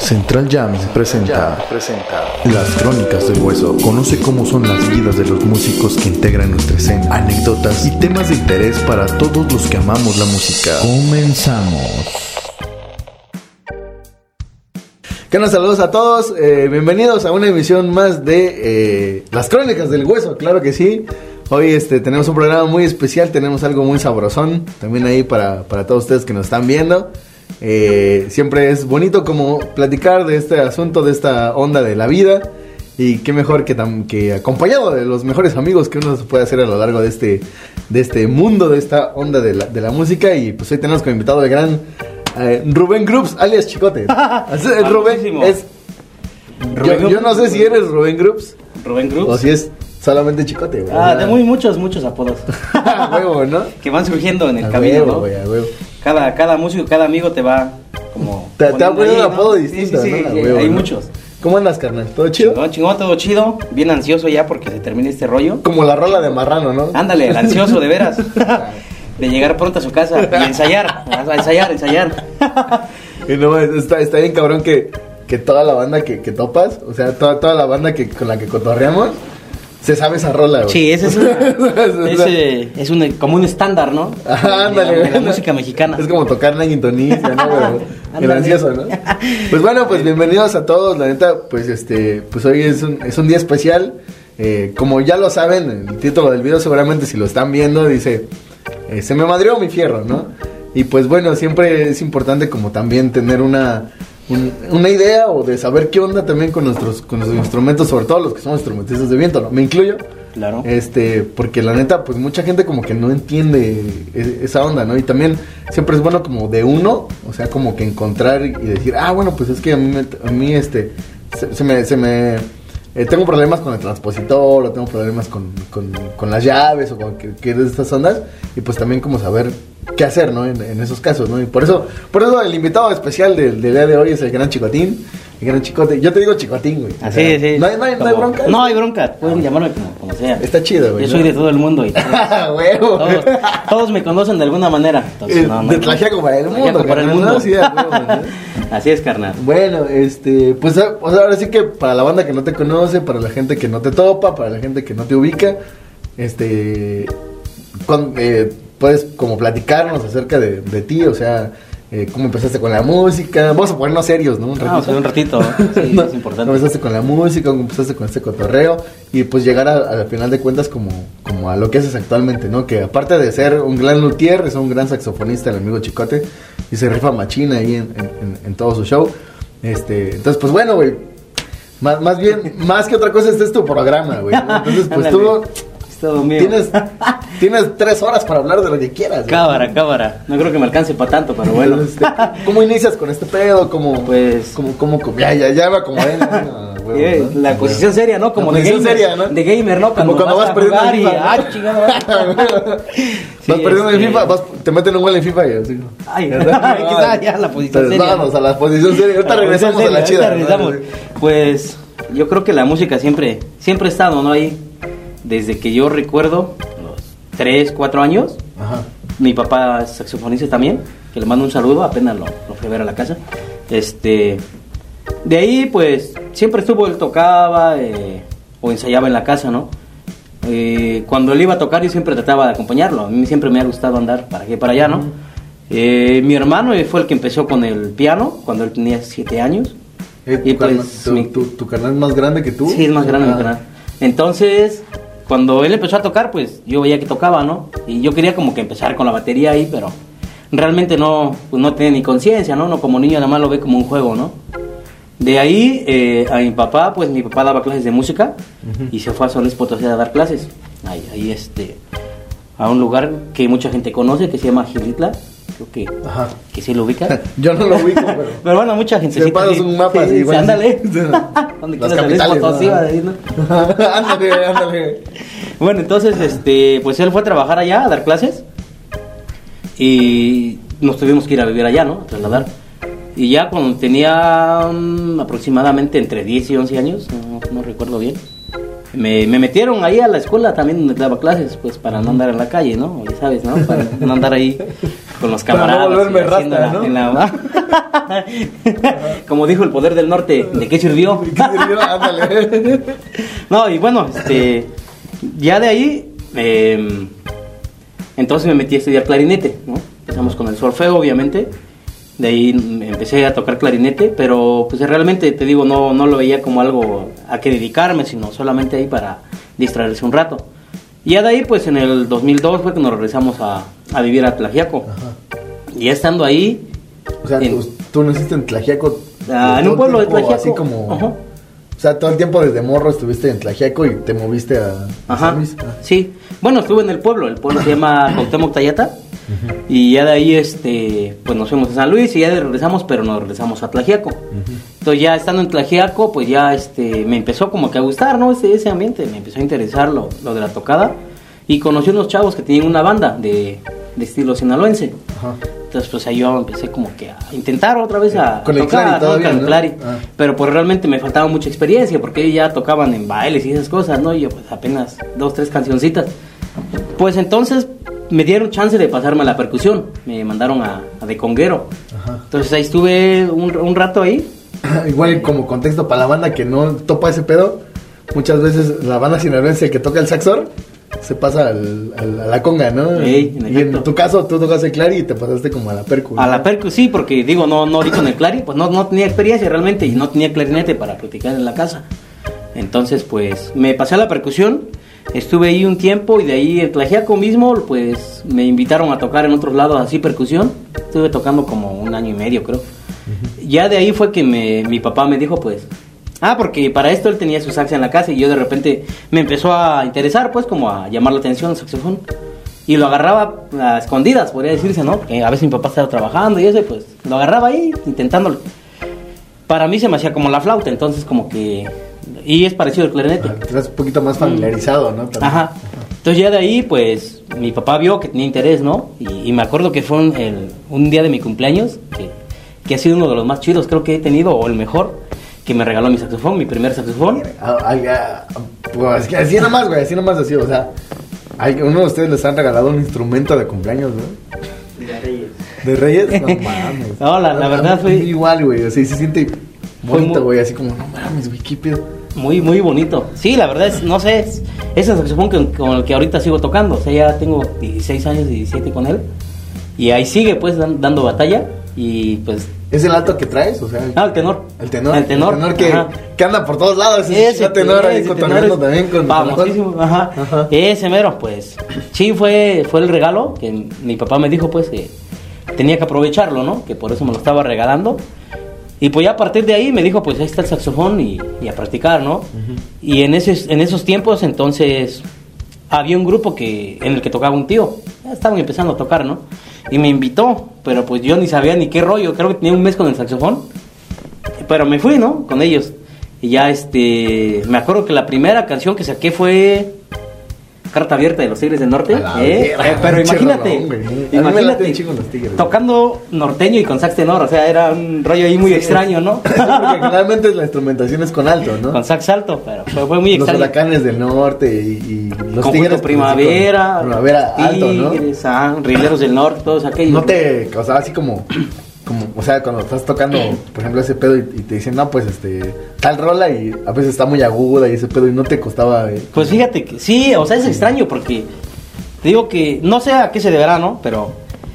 Central Jams presenta Las Crónicas del Hueso. Conoce cómo son las vidas de los músicos que integran nuestra escena, anécdotas y temas de interés para todos los que amamos la música. Comenzamos. ¿Qué nos saludos a todos? Bienvenidos a una emisión más de Las Crónicas del Hueso, claro que sí. Hoy tenemos un programa muy especial, tenemos algo muy sabrosón también ahí para todos ustedes que nos están viendo. Siempre es bonito como platicar de este asunto, de esta onda de la vida. Y qué mejor que acompañado de los mejores amigos que uno se puede hacer a lo largo de este mundo, de esta onda de la música. Y pues hoy tenemos como invitado al gran Rubén Groups, alias Chicote. Rubén es... Yo no sé si eres Rubén Groups. Rubén Groups. O si es solamente Chicote, güey. De muchos apodos. Huevo, ¿no? Que van surgiendo en el camino, huevo, ¿no? Güey, a huevo. Cada músico, cada amigo te va como... Te va poniendo un ¿no? apodo distinto, sí, ¿no? Sí, huevo, hay ¿no? muchos. ¿Cómo andas, carnal? ¿Todo chido? Chingón, todo chido. Bien ansioso ya porque se termine este rollo. Como la rola de Marrano, ¿no? Ándale, el ansioso, de veras. De llegar pronto a su casa y ensayar. Y no, está bien cabrón que toda la banda que topas, o sea, toda la banda con la que cotorreamos, se sabe esa rola, güey. Sí, ese es como un estándar, ¿no? Ajá, ándale. De la música mexicana. Es como tocar la Indonesia, ¿no? Pero el ansioso, ¿no? Pues bueno, pues bienvenidos a todos, la neta, pues pues hoy es un día especial. Como ya lo saben, el título del video seguramente si lo están viendo dice, se me madrió mi fierro, ¿no? Y pues bueno, siempre es importante como también tener una idea o de saber qué onda también con nuestros instrumentos, sobre todo los que somos instrumentistas de viento, ¿no? Me incluyo. Claro. Porque la neta, pues mucha gente como que no entiende esa onda, ¿no? Y también siempre es bueno como de uno, o sea, como que encontrar y decir, bueno, pues es que a mí se me tengo problemas con el transpositor, o tengo problemas con las llaves, o con que de estas ondas, y pues también como saber qué hacer, ¿no? En esos casos, ¿no? Y por eso el invitado especial del día de hoy es el gran Chicotín, el gran Chicote. Yo te digo Chicotín, güey. Así, sí. ¿No hay bronca? No hay bronca, pueden llamarme como sea. Está chido, güey. Yo soy de todo el mundo y huevo. Todos me conocen de alguna manera. Entonces, de Tlaxiaco para el mundo. Para el mundo. Sí, huevo, ¿no? Así es, carnal. Bueno, pues o sea, ahora sí que para la banda que no te conoce, para la gente que no te topa, para la gente que no te ubica, puedes como platicarnos acerca de ti, o sea, cómo empezaste con la música. Vamos a ponernos serios, ¿no? Un ratito. Sí, no, es importante. ¿Cómo empezaste con la música? ¿Cómo empezaste con este cotorreo? Y pues llegar al final de cuentas como a lo que haces actualmente, ¿no? Que aparte de ser un gran luthier, es un gran saxofonista, el amigo Chicote, y se rifa machina ahí en todo su show. Entonces, pues bueno, güey, más bien, más que otra cosa, este es tu programa, güey, ¿no? Entonces, pues tú... Tienes 3 horas para hablar de lo que quieras. Cámara. No creo que me alcance para tanto, pero bueno. ¿Cómo inicias con este pedo? ¿Cómo ya me acomodé? ¿No? La posición seria, ¿no? Como de gamer, seria, ¿no? De gamer, ¿no? Como cuando vas perdiendo en FIFA. Vas perdiendo en FIFA, te meten un gol en FIFA y así. Quizá ya la posición seria. Vamos a la posición seria. Ahorita regresamos a la chida. Pues yo creo que la música siempre ha estado, ¿no? Ahí. Desde que yo recuerdo, los 3, 4 años, ajá. Mi papá es saxofonista también, que le mando un saludo, apenas lo fui a ver a la casa. De ahí, pues, siempre él tocaba o ensayaba en la casa, ¿no? Cuando él iba a tocar, yo siempre trataba de acompañarlo. A mí siempre me ha gustado andar para aquí y para allá, ¿no? Mi hermano fue el que empezó con el piano cuando él tenía 7 años. ¿Tu canal es más grande que tú? Sí, es más grande mi canal. Entonces... Cuando él empezó a tocar, pues yo veía que tocaba, ¿no? Y yo quería como que empezar con la batería ahí, pero realmente no tenía ni conciencia, ¿no? No, como niño nada más lo ve como un juego, ¿no? De ahí a mi papá daba clases de música, uh-huh. Y se fue a San Luis Potosí a dar clases. Ahí a un lugar que mucha gente conoce, que se llama Gilitla. Creo que sí lo ubica. Yo no lo ubico, pero bueno, mucha gente sí. Si un mapa, sí, igual. Ándale. ¿Dónde quieres San Luis Potosí? Ándale. Bueno, entonces, pues él fue a trabajar allá, a dar clases. Y nos tuvimos que ir a vivir allá, ¿no? A trasladar. Y ya cuando tenía aproximadamente entre 10 y 11 años, no recuerdo bien, me metieron ahí a la escuela también donde daba clases, pues para no andar en la calle, ¿no? Ya sabes, ¿no? Para no andar ahí con los camaradas. Para no volverme rasta, ¿no? Como dijo el poder del norte, ¿de qué sirvió? ¿Qué sirvió? Ándale. No, y bueno, ya de ahí, entonces me metí a estudiar clarinete, ¿no? Empezamos con el solfeo, obviamente. De ahí empecé a tocar clarinete, pero pues realmente, te digo, no lo veía como algo a que dedicarme, sino solamente ahí para distraerse un rato. Y ya de ahí, pues en el 2002 fue que nos regresamos a vivir a Tlaxiaco. Ajá. Y ya estando ahí... O sea, tú naciste en Tlaxiaco. En un pueblo de Tlaxiaco. Así como... Ajá. O sea, todo el tiempo desde morro estuviste en Tlaxiaco y te moviste a Ajá, San Luis. sí. Bueno, estuve en el pueblo se llama Cuauhtémoc Tayata. Uh-huh. Y ya de ahí, pues nos fuimos a San Luis y ya regresamos, pero nos regresamos a Tlaxiaco. Uh-huh. Entonces ya estando en Tlaxiaco, pues ya me empezó como que a gustar, ¿no? Ese ambiente, me empezó a interesar lo de la tocada. Y conocí unos chavos que tenían una banda de estilo sinaloense. Ajá. Entonces pues ahí yo empecé como que a intentar otra vez a con tocar, el clari, ¿no? Con el clari. Ah. Pero pues realmente me faltaba mucha experiencia porque ellos ya tocaban en bailes y esas cosas, ¿no? Y yo pues apenas 2, 3 cancioncitas. Pues entonces me dieron chance de pasarme a la percusión. Me mandaron a de conguero. Ajá. Entonces ahí estuve un rato ahí. Igual como contexto para la banda que no topa ese pedo, muchas veces la banda sinaloense, el que toca el saxor, se pasa a la conga, ¿no? Sí, y en tu caso tú tocas el clari y te pasaste como a la percu, ¿no? A la percu, sí, porque digo, no di con el clari, pues no tenía experiencia realmente y no tenía clarinete para practicar en la casa. Entonces pues me pasé a la percusión, estuve ahí un tiempo y de ahí en Tlaxiaco mismo pues me invitaron a tocar en otros lados así percusión. Estuve tocando como 1 año y medio, creo. Uh-huh. Ya de ahí fue que mi papá me dijo pues... porque para esto él tenía su sax en la casa y yo de repente me empezó a interesar, pues, como a llamar la atención el saxofón. Y lo agarraba a escondidas, podría decirse, ¿no? Que a veces mi papá estaba trabajando y eso, pues, lo agarraba ahí, intentándolo. Para mí se me hacía como la flauta, entonces como que... Y es parecido al clarinete. Estás un poquito más familiarizado, ¿no? También. Ajá. Entonces ya de ahí, pues, mi papá vio que tenía interés, ¿no? Y me acuerdo que fue un día de mi cumpleaños, que ha sido uno de los más chidos, creo que he tenido, o el mejor, que me regaló mi saxofón, mi primer saxofón. Pues así nomás, güey, así nomás así, o sea, uno de ustedes les han regalado un instrumento de cumpleaños, ¿no? De Reyes. ¿De Reyes? No mames. No, la verdad fue... Igual, güey, así se siente bonito, güey, así como, no mames, güey, qué pedo. Muy, muy bonito. Sí, la verdad es, no sé, es ese saxofón con el que ahorita sigo tocando. O sea, ya tengo 16 años, 17 con él. Y ahí sigue, pues, dando batalla. Y pues... ¿Es el alto que traes? O sea, el tenor. El tenor. El tenor que anda por todos lados. Ese tenor ahí cotorreando también con... Famosísimo, ajá. Ese mero, pues. Sí, fue el regalo que mi papá me dijo, pues, que tenía que aprovecharlo, ¿no? Que por eso me lo estaba regalando. Y pues ya a partir de ahí me dijo, pues ahí está el saxofón y a practicar, ¿no? Uh-huh. Y en esos tiempos, entonces, había un grupo en el que tocaba un tío. Ya estaban empezando a tocar, ¿no? Y me invitó, pero pues yo ni sabía ni qué rollo. Creo que tenía un mes con el saxofón. Pero me fui, ¿no? Con ellos. Y ya, me acuerdo que la primera canción que saqué fue... Carta Abierta de los Tigres del Norte. Pero imagínate, tocando norteño y con sax tenor, o sea, era un rollo ahí muy extraño, ¿no? Sí, porque generalmente la instrumentación es con alto, ¿no? Con sax alto, pero fue muy extraño. Los Huracanes del Norte y los Tigres Primavera alto, ¿no? Tigres, Rieleros del Norte, todos aquellos. No te causaba así como, o sea, cuando estás tocando, por ejemplo, ese pedo y te dicen, no, pues, tal rola y a veces está muy aguda y ese pedo y no te costaba... Pues fíjate que sí, o sea, es extraño porque te digo que no sé a qué se deberá, ¿no? Pero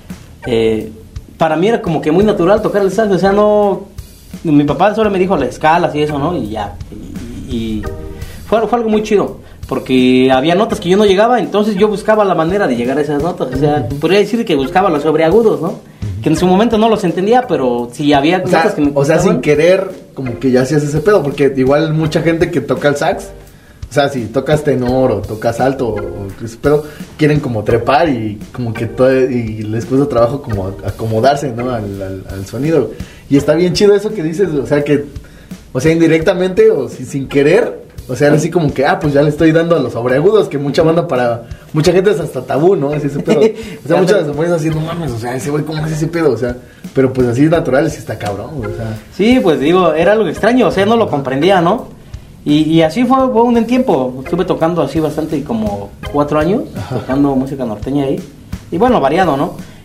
para mí era como que muy natural tocar el sax, o sea, no... Mi papá solo me dijo las escalas y eso, ¿no? Y ya, y fue algo muy chido. Porque había notas que yo no llegaba, entonces yo buscaba la manera de llegar a esas notas. O sea, podría decir que buscaba los sobreagudos, ¿no? Que en su momento no los entendía, pero sí había notas que me gustaban. O sea, sin querer, como que ya hacías ese pedo, porque igual mucha gente que toca el sax, o sea, si tocas tenor o tocas alto o ese pedo, quieren como trepar y como que y les cuesta trabajo como acomodarse, ¿no? Al sonido. Y está bien chido eso que dices, o sea, indirectamente o sin querer... O sea, así como que, pues ya le estoy dando a los sobreagudos, que mucha gente es hasta tabú, ¿no? Es ese pedo. O sea, muchas veces se ponen así, no mames, o sea, ese güey, ¿cómo es ese pedo? O sea, pero pues así natural, sí está cabrón, o sea. Sí, pues digo, era algo extraño, o sea, no lo comprendía, ¿no? Y así fue un buen tiempo. Estuve tocando así bastante, como 4 años, tocando música norteña ahí. Y bueno, variado, ¿no?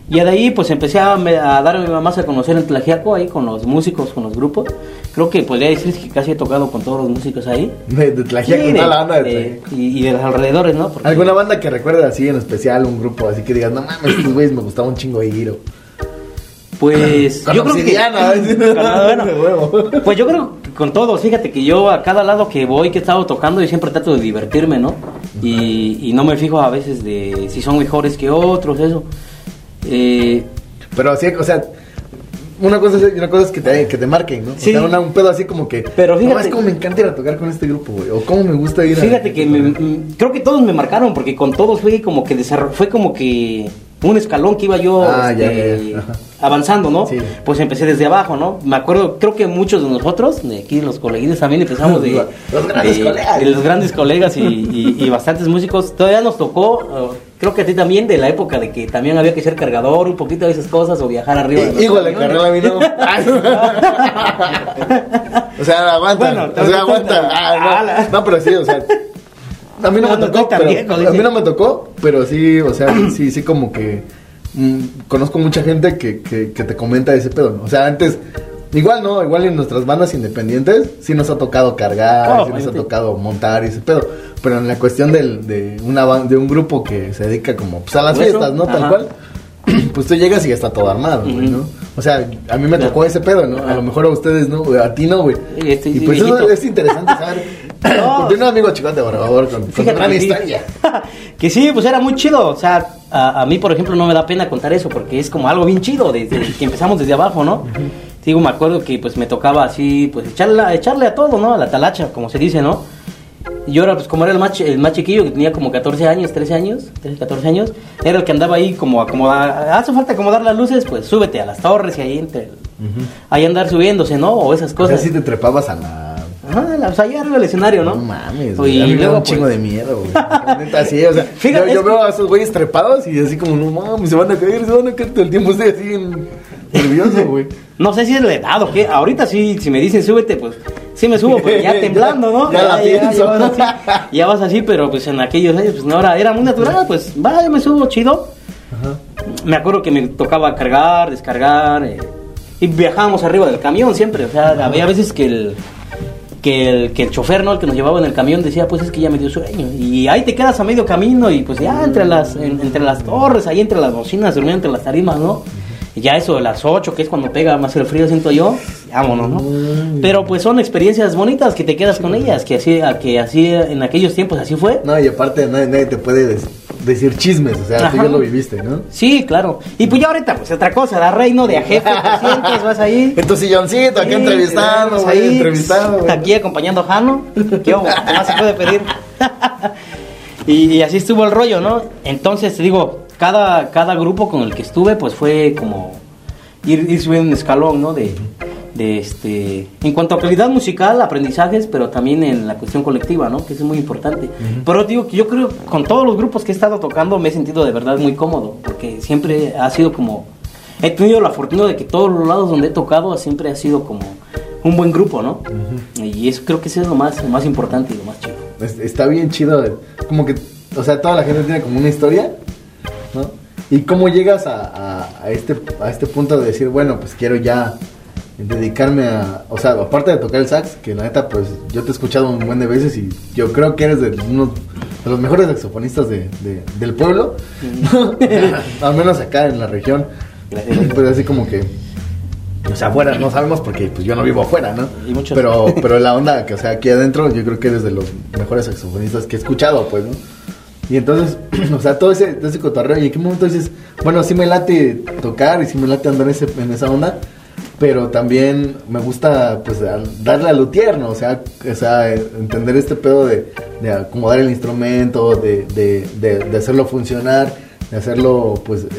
Y de ahí pues empecé a darme más a conocer en Tlaxiaco, ahí con los músicos, con los grupos. Creo que podría decir que casi he tocado con todos los músicos ahí. De Tlaxiaco, Sí, toda la banda de Tlaxiaco. y de los alrededores, ¿no? Porque ¿Alguna banda que recuerdes así en especial, un grupo así que digas, no mames, estos güeyes me gustaba un chingo ir? Pues Con yo creo Obsidiana, que bueno, de huevo. pues yo creo que con todos, fíjate que yo a cada lado que voy, que he estado tocando, yo siempre trato de divertirme, ¿no? Y no me fijo a veces de si son mejores que otros, eso. Pero así, o sea, una cosa es que te marquen, ¿no? Sí. O sea, un pedo así como que, Pero fíjate, no, es como me encanta ir a tocar con este grupo, güey, o cómo me gusta ir fíjate que creo que todos me marcaron, porque con todos fue como que un escalón que iba yo ya. avanzando, ¿no? Sí. Pues empecé desde abajo, ¿no? Me acuerdo, creo que muchos de nosotros, de aquí los coleguitas también empezamos Los grandes colegas. de los grandes colegas y bastantes músicos. Todavía nos tocó, creo que a ti también, de la época de que también había que ser cargador, un poquito de esas cosas, o viajar arriba de los Igual le camiones. carré la O sea, aguanta. Bueno, o sea, aguanta. No, pero sí, o sea. A mí no me tocó, tan pero, viejo, a dice. mí no me tocó, pero sí, o sea, sí como que conozco mucha gente que te comenta ese pedo, ¿no? O sea, antes, igual en nuestras bandas independientes, sí nos ha tocado cargar, sí nos ha tocado montar y ese pedo, pero en la cuestión de un grupo que se dedica como pues, a las Pues eso, fiestas, ¿no? Tal ajá. cual. Pues tú llegas y ya está todo armado, güey, ¿no? O sea, a mí me tocó ese pedo, ¿no? A lo mejor a ustedes no, a ti no, güey. Sí, Y pues viejito. eso es interesante saber. No. Continúa, amigo Chicote, por favor, con Fíjate gran que sí. historia. Que sí, pues era muy chido. O sea, a mí, por ejemplo, no me da pena contar eso porque es como algo bien chido desde que empezamos desde abajo, ¿no? Digo, me acuerdo que pues me tocaba así, pues echarle a todo, ¿no? A la talacha, como se dice, ¿no? Y yo era, pues como era el más chiquillo, que tenía como 14 años, 13 años, 14 años, era el que andaba ahí como hace falta acomodar las luces, pues súbete a las torres y ahí ahí andar subiéndose, ¿no? O esas O cosas. sea, si te trepabas a la... Ajá, o sea, allá arriba del escenario, ¿no? No mames, Y güey. A mí me da luego, un chingo pues, de miedo, güey. Neta, sí, o sea, Fíjate, yo es veo a esos güeyes trepados y así como, no mames, se van a caer todo el tiempo. Estoy así nervioso, güey. No sé si es la edad o qué. Ahorita sí, si me dicen súbete, pues sí me subo, pero ya temblando, ¿no? Ya la pienso. Ya vas así, pero pues en aquellos años, pues no era muy natural, pues vaya, me subo, chido. Ajá. Me acuerdo que me tocaba cargar, descargar, y viajábamos arriba del camión siempre. O sea, había veces que el chofer, ¿no? El que nos llevaba en el camión decía, pues es que ya me dio sueño. Y ahí te quedas a medio camino y pues ya entre las torres, ahí entre las bocinas, durmiendo entre las tarimas, ¿no? Y ya eso de las 8, que es cuando pega más el frío, siento yo, vámonos, ¿no? Pero pues son experiencias bonitas que te quedas con ellas, que así en aquellos tiempos así fue. No, y aparte nadie te puede decir chismes, o sea, tú Ajá. ya lo viviste, ¿no? Sí, claro. Y pues ya ahorita, pues otra cosa, da reino de a jefe, te sientes, vas ahí. En tu silloncito, aquí Sí, entrevistando, pues, güey, ahí, entrevistando, güey. aquí acompañando a Jano. ¿Qué más se puede pedir? y así estuvo el rollo, ¿no? Entonces, te digo, cada grupo con el que estuve, pues fue como ir subiendo un escalón, ¿no? En cuanto a calidad musical, aprendizajes, pero también en la cuestión colectiva, ¿no? Que eso es muy importante. Pero digo que yo creo que con todos los grupos que he estado tocando me he sentido de verdad muy cómodo, porque siempre ha sido como... He tenido la fortuna de que todos los lados donde he tocado siempre ha sido como un buen grupo, ¿no? Y eso creo que eso es lo más importante y lo más chido. Está bien chido, como que, o sea, toda la gente tiene como una historia, ¿no? ¿Y cómo llegas a este punto de decir, bueno, pues quiero ya dedicarme o sea, aparte de tocar el sax, que la neta, pues yo te he escuchado un buen de veces y yo creo que eres de uno de los mejores saxofonistas del pueblo, al menos acá en la región. Gracias. Pues así como que, o sea, afuera no sabemos porque pues yo no vivo afuera, ¿no? Y muchos... Pero la onda que, o sea, aquí adentro yo creo que eres de los mejores saxofonistas que he escuchado, pues, ¿no? Y entonces, o sea, todo ese cotorreo, ¿y en qué momento dices, bueno, sí me late tocar y sí me late andar en esa onda, pero también me gusta, pues, darle a lo tierno, o sea, entender este pedo de acomodar el instrumento, de hacerlo funcionar, de hacerlo,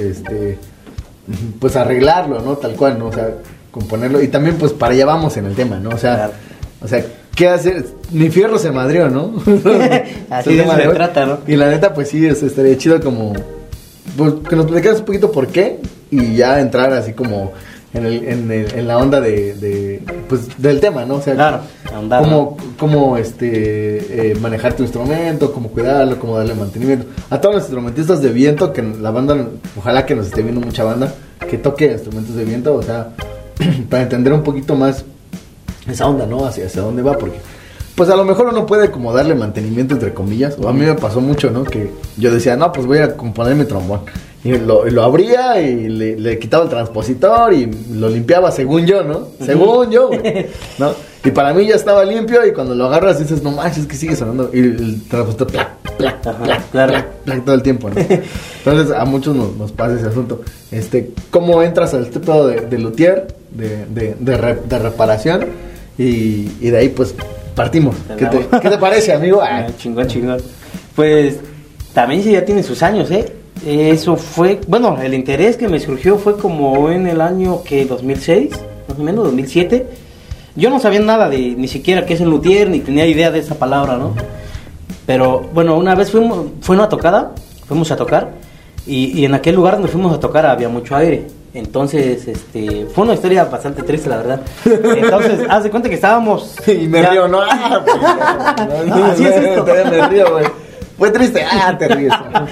pues arreglarlo, ¿no? Tal cual, ¿no? O sea, componerlo, y también, pues, para allá vamos en el tema, ¿no? O sea, Claro. O sea, ¿qué hacer? Mi fierro se madrió, ¿no? Así de eso se trata, ¿no? Y la neta, pues sí, estaría chido como... Pues, que nos platicaras un poquito por qué y ya entrar así como en la onda pues, del tema, ¿no? O sea, Claro. ahondar. Cómo manejar tu instrumento, cómo cuidarlo, cómo darle mantenimiento. A todos los instrumentistas de viento, que la banda, ojalá que nos esté viendo mucha banda, que toque instrumentos de viento, o sea, para entender un poquito más esa onda, ¿no? Hacia dónde va, porque pues a lo mejor uno puede como darle mantenimiento entre comillas, o a mí me pasó mucho, ¿no? Que yo decía, no, pues voy a componer mi trombón, y lo abría y le quitaba el transpositor y lo limpiaba según yo, ¿no? Según yo, ¿no? Y para mí ya estaba limpio, y cuando lo agarras dices, no manches, que sigue sonando, y el transpositor, plac, plac, plac, plac, plac, plac, todo el tiempo, ¿no? Entonces a muchos nos pasa ese asunto. ¿Cómo entras al tipo de luthier, de reparación? Y de ahí pues partimos. ¿Qué te parece, amigo? Chingón. Pues también sí ya tiene sus años, Eso fue, bueno, el interés que me surgió fue como en el año que 2006, más o menos 2007. Yo no sabía nada de ni siquiera qué es el luthier, ni tenía idea de esa palabra, ¿no? Pero bueno, una vez fuimos a tocar, y en aquel lugar donde fuimos a tocar había mucho aire. Entonces, fue una historia bastante triste, la verdad. Entonces, haz de cuenta que estábamos... Y me río, ¿no? Así es esto. Me río, güey. Fue triste, te ríes.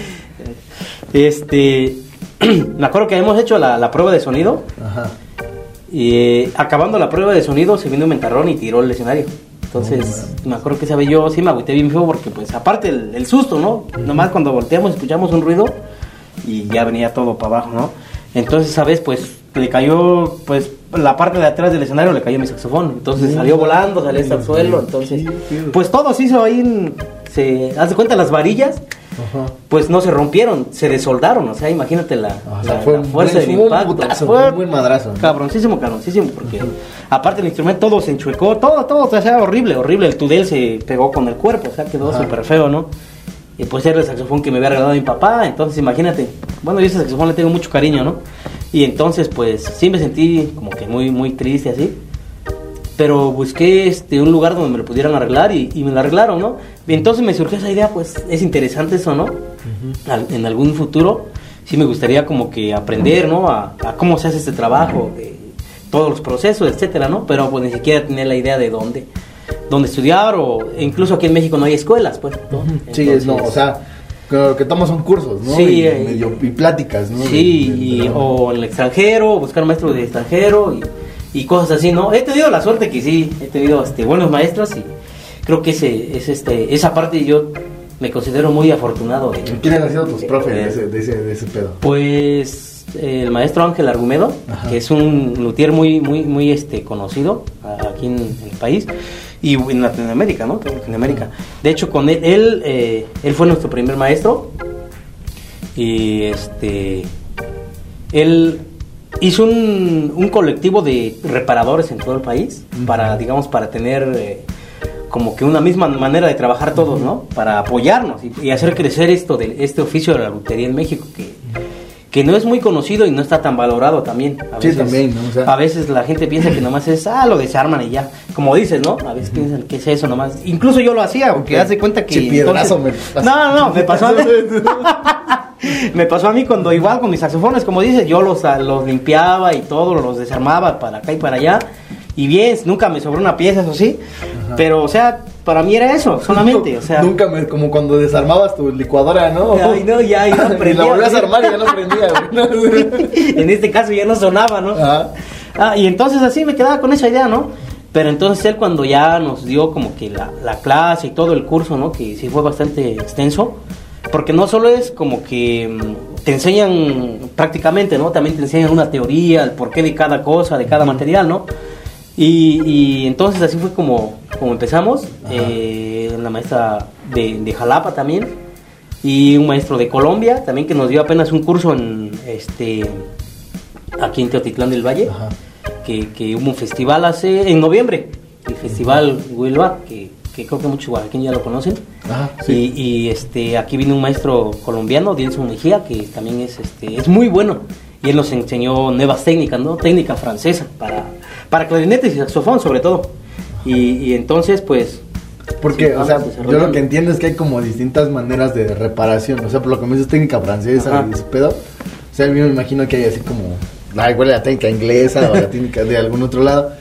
Me acuerdo que habíamos hecho la prueba de sonido. Ajá. Y acabando la prueba de sonido, se vino un mentarrón y tiró el escenario. Entonces, me acuerdo que esa vez yo sí me agüité bien feo, porque pues aparte el susto, ¿no? Nomás cuando volteamos escuchamos un ruido y ya venía todo para abajo, ¿no? Entonces, esa vez, pues, le cayó, pues, la parte de atrás del escenario le cayó mi saxofón. Entonces, salió volando, salió hasta el suelo. Entonces, pues, todo se hizo ahí, haz de cuenta, las varillas, pues, no se rompieron, se desoldaron. O sea, imagínate la fuerza del impacto. Fue un buen madrazo, ¿no? Cabroncísimo, porque aparte el instrumento todo se enchuecó, todo, o sea, horrible. El tudel se pegó con el cuerpo, o sea, quedó súper feo, ¿no? Y pues era el saxofón que me había regalado mi papá. Entonces imagínate, bueno, yo ese saxofón le tengo mucho cariño, ¿no? Y entonces pues sí me sentí como que muy, muy triste así. Pero busqué un lugar donde me lo pudieran arreglar, y me lo arreglaron, ¿no? Y entonces me surgió esa idea, pues es interesante eso, ¿no? En algún futuro sí me gustaría como que aprender, ¿no? A cómo se hace este trabajo, de todos los procesos, etcétera, ¿no? Pero pues ni siquiera tenía la idea de dónde estudiar, o incluso aquí en México no hay escuelas, pues, ¿no? Entonces, sí, o sea, lo que tomas son cursos, ¿no? Sí, y pláticas, ¿no? Sí, o en el extranjero, buscar maestros de extranjero y cosas así, ¿no? He tenido la suerte que sí, he tenido buenos maestros, y creo que esa parte yo me considero muy afortunado. ¿Quiénes han sido tus profes de ese pedo? Pues el maestro Ángel Argumedo, que es un luthier muy, muy, muy conocido aquí en el país. Y en Latinoamérica, ¿no? De hecho, con él fue nuestro primer maestro. Y él hizo un colectivo de reparadores en todo el país, para tener como que una misma manera de trabajar todos, ¿no? Para apoyarnos y hacer crecer este oficio de la lutería en México, que no es muy conocido y no está tan valorado también. A veces, sí, también, ¿no? O sea, a veces la gente piensa que nomás es, lo desarman y ya. Como dices, ¿no? A veces piensan que es eso nomás. Incluso yo lo hacía, porque hace cuenta que... Piedrazo No, me pasó a mí. Me pasó a mí cuando igual con mis saxofones, como dices, yo los limpiaba y todo, los desarmaba para acá y para allá. Y bien, nunca me sobró una pieza, eso sí. Pero, o sea, para mí era eso, solamente, o sea... Nunca como cuando desarmabas tu licuadora, ¿no? Ay, no, ya no prendía. Y la volvías a armar y ya no prendía, En este caso ya no sonaba, ¿no? Y entonces así me quedaba con esa idea, ¿no? Pero entonces él, cuando ya nos dio como que la clase y todo el curso, ¿no? Que sí fue bastante extenso, porque no solo es como que te enseñan prácticamente, ¿no? También te enseñan una teoría, el porqué de cada cosa, de cada material, ¿no? Y entonces así fue como empezamos. La maestra de Jalapa también, y un maestro de Colombia también, que nos dio apenas un curso aquí en Teotitlán del Valle. Que hubo un festival en noviembre, el festival Huilba, que creo que muchos oaxaqueños ya lo conocen. Sí. Y aquí vino un maestro colombiano, Dilson Mejía, que también es muy bueno, y él nos enseñó nuevas técnicas, ¿no? Técnica francesa para clarinetes y saxofón sobre todo. Y entonces pues... Porque, sí, o sea, yo lo que entiendo es que hay como distintas maneras de reparación. O sea, por lo que me dices, técnica francesa y ese pedo. O sea, yo me imagino que hay así como... igual la técnica inglesa o la técnica de algún otro lado.